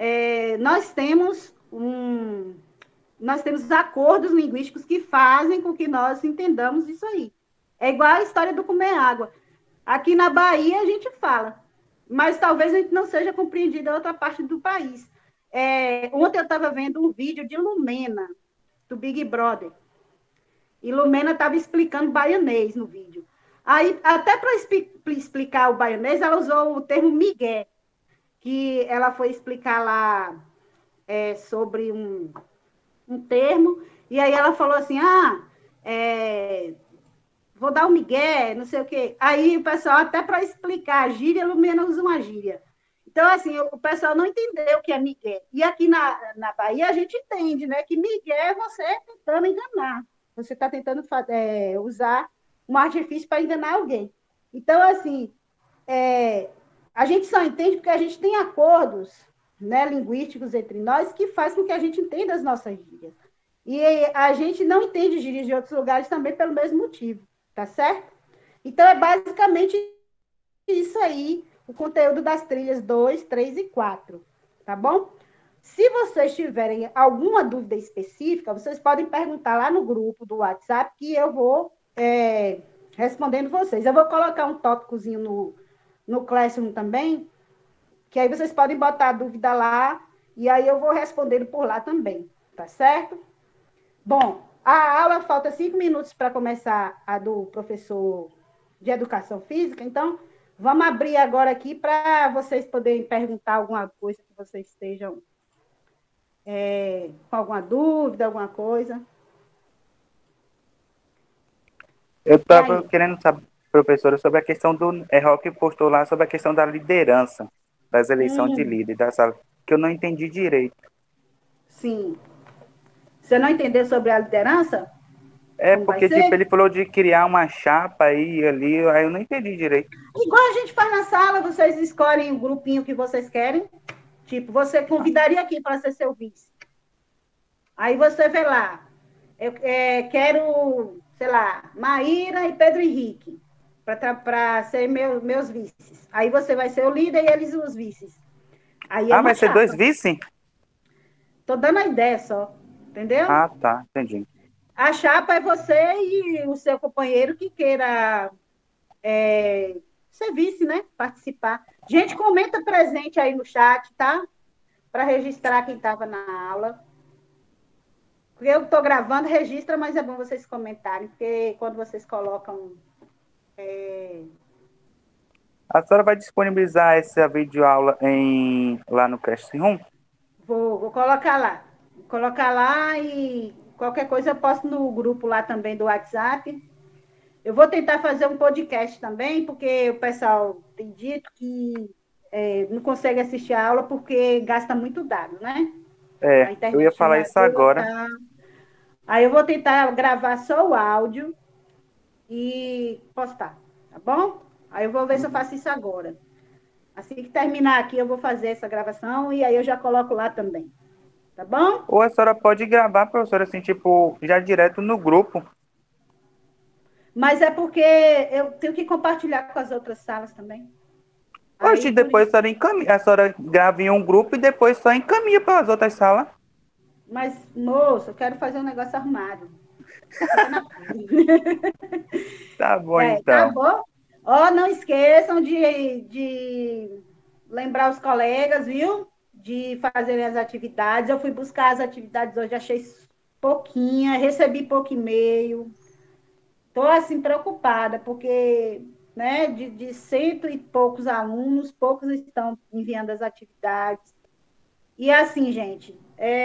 nós temos acordos linguísticos que fazem com que nós entendamos isso aí. É igual a história do comer água. Aqui na Bahia a gente fala, mas talvez a gente não seja compreendido em outra parte do país. Ontem eu estava vendo um vídeo de Lumena, do Big Brother, e Lumena estava explicando baianês no vídeo. Aí, até para explicar o baianês, ela usou o termo migué, que ela foi explicar lá sobre um termo, e aí ela falou assim, vou dar um migué, não sei o quê. Aí o pessoal, até para explicar a gíria, Lumena usa uma gíria. Então, assim, o pessoal não entendeu o que é migué. E aqui na Bahia a gente entende, né? Que migué é você tentando enganar. Você está tentando usar um artifício para enganar alguém. Então, assim, a gente só entende porque a gente tem acordos, né, linguísticos entre nós que faz com que a gente entenda as nossas gírias. E a gente não entende gírias de outros lugares também pelo mesmo motivo, tá certo? Então, é basicamente isso aí, o conteúdo das trilhas 2, 3 e 4, tá bom? Se vocês tiverem alguma dúvida específica, vocês podem perguntar lá no grupo do WhatsApp que eu vou respondendo vocês. Eu vou colocar um tópicozinho no Classroom também, que aí vocês podem botar a dúvida lá e aí eu vou respondendo por lá também, tá certo? Bom, a aula falta 5 minutos para começar a do professor de Educação Física, então vamos abrir agora aqui para vocês poderem perguntar alguma coisa que vocês estejam com alguma dúvida, alguma coisa. Eu E estava aí? querendo saber, professora, sobre a questão do. Rock postou lá sobre a questão da liderança, das eleições de líder da sala, que eu não entendi direito. Sim. Você não entendeu sobre a liderança? É Como vai porque, tipo, ser? ele falou de criar uma chapa aí e ali, aí eu não entendi direito. Igual a gente faz na sala, vocês escolhem o grupinho que vocês querem. Tipo, você convidaria aqui para ser seu vice. Aí você vê lá, eu quero, sei lá, Maíra e Pedro Henrique para ser meus vices. Aí você vai ser o líder e eles os vices. Aí é Ah, uma vai ser dois chapa. vice? Tô dando a ideia só, entendeu? Ah, tá, entendi. A chapa é você e o seu companheiro que queira ser vice, né? Participar. Gente, comenta presente aí no chat, tá? Para registrar quem estava na aula. Porque eu estou gravando, registra, mas é bom vocês comentarem, porque quando vocês colocam. A senhora vai disponibilizar essa videoaula lá no Classroom? Vou colocar lá. Vou colocar lá e qualquer coisa eu posto no grupo lá também do WhatsApp. Eu vou tentar fazer um podcast também, porque o pessoal tem dito que não consegue assistir a aula porque gasta muito dado, né? É, A eu ia internet não falar isso ajuda. agora. Aí eu vou tentar gravar só o áudio e postar, tá bom? Aí eu vou ver se eu faço isso agora. Assim que terminar aqui, eu vou fazer essa gravação e aí eu já coloco lá também, tá bom? Ou a senhora pode gravar, professora, assim, tipo, já direto no grupo. Mas é porque eu tenho que compartilhar com as outras salas também. Hoje Aí, por depois isso. a senhora grava em um grupo e depois só encaminha para as outras salas. Mas, moço, eu quero fazer um negócio arrumado. Fica na. Tá bom, Tá então. bom? Ó, não esqueçam de lembrar os colegas, viu? De fazerem as atividades. Eu fui buscar as atividades hoje, achei pouquinha, recebi pouco e-mail. Estou assim preocupada, porque né, de cento e poucos alunos, poucos estão enviando as atividades. E assim, gente,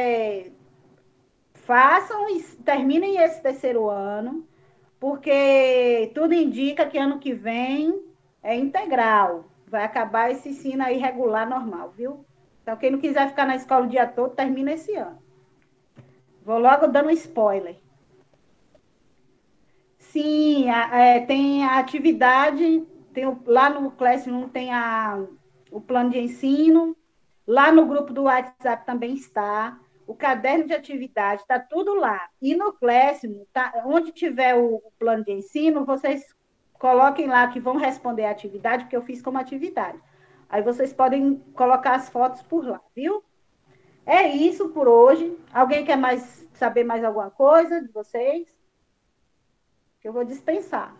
façam e terminem esse terceiro ano, porque tudo indica que ano que vem é integral. Vai acabar esse ensino aí regular normal, viu? Então, quem não quiser ficar na escola o dia todo, termina esse ano. Vou logo dando um spoiler. Sim, tem a atividade, lá no Classroom tem o plano de ensino, lá no grupo do WhatsApp também está, o caderno de atividade, está tudo lá. E no Classroom, tá, onde tiver o plano de ensino, vocês coloquem lá que vão responder a atividade, porque eu fiz como atividade. Aí vocês podem colocar as fotos por lá, viu? É isso por hoje. Alguém quer saber mais alguma coisa de vocês? Que eu vou dispensar.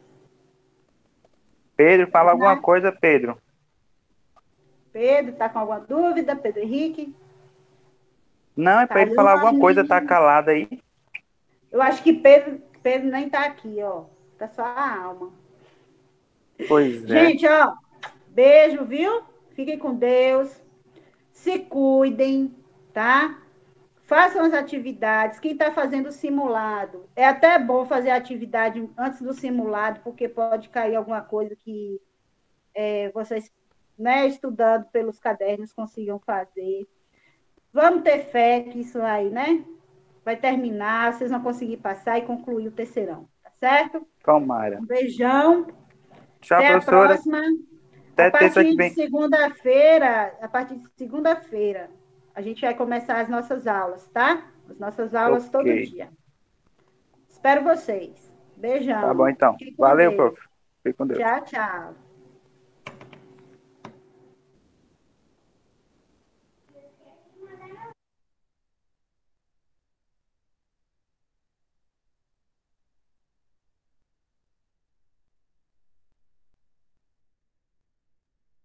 Pedro, fala alguma coisa, Pedro. Pedro, está com alguma dúvida? Pedro Henrique? Não, é para ele falar alguma coisa, tá Talane? calado aí. Eu acho que Pedro nem está aqui, ó. Tá só a alma. Pois é. Gente, ó, beijo, viu? Fiquem com Deus. Se cuidem, tá? Façam as atividades. Quem está fazendo simulado, é até bom fazer a atividade antes do simulado, porque pode cair alguma coisa que vocês, né, estudando pelos cadernos, consigam fazer. Vamos ter fé que isso aí, né? Vai terminar, vocês vão conseguir passar e concluir o terceirão, tá certo? Tomara. Um beijão, Tchau, até a professora. próxima. Até terça que vem. A partir de segunda-feira, a gente vai começar as nossas aulas, tá? As nossas aulas Ok. todo dia. Espero vocês. Tá bom, Beijão. então. Fiquem com Valeu, Deus. prof. Fique com Deus. Tchau, tchau.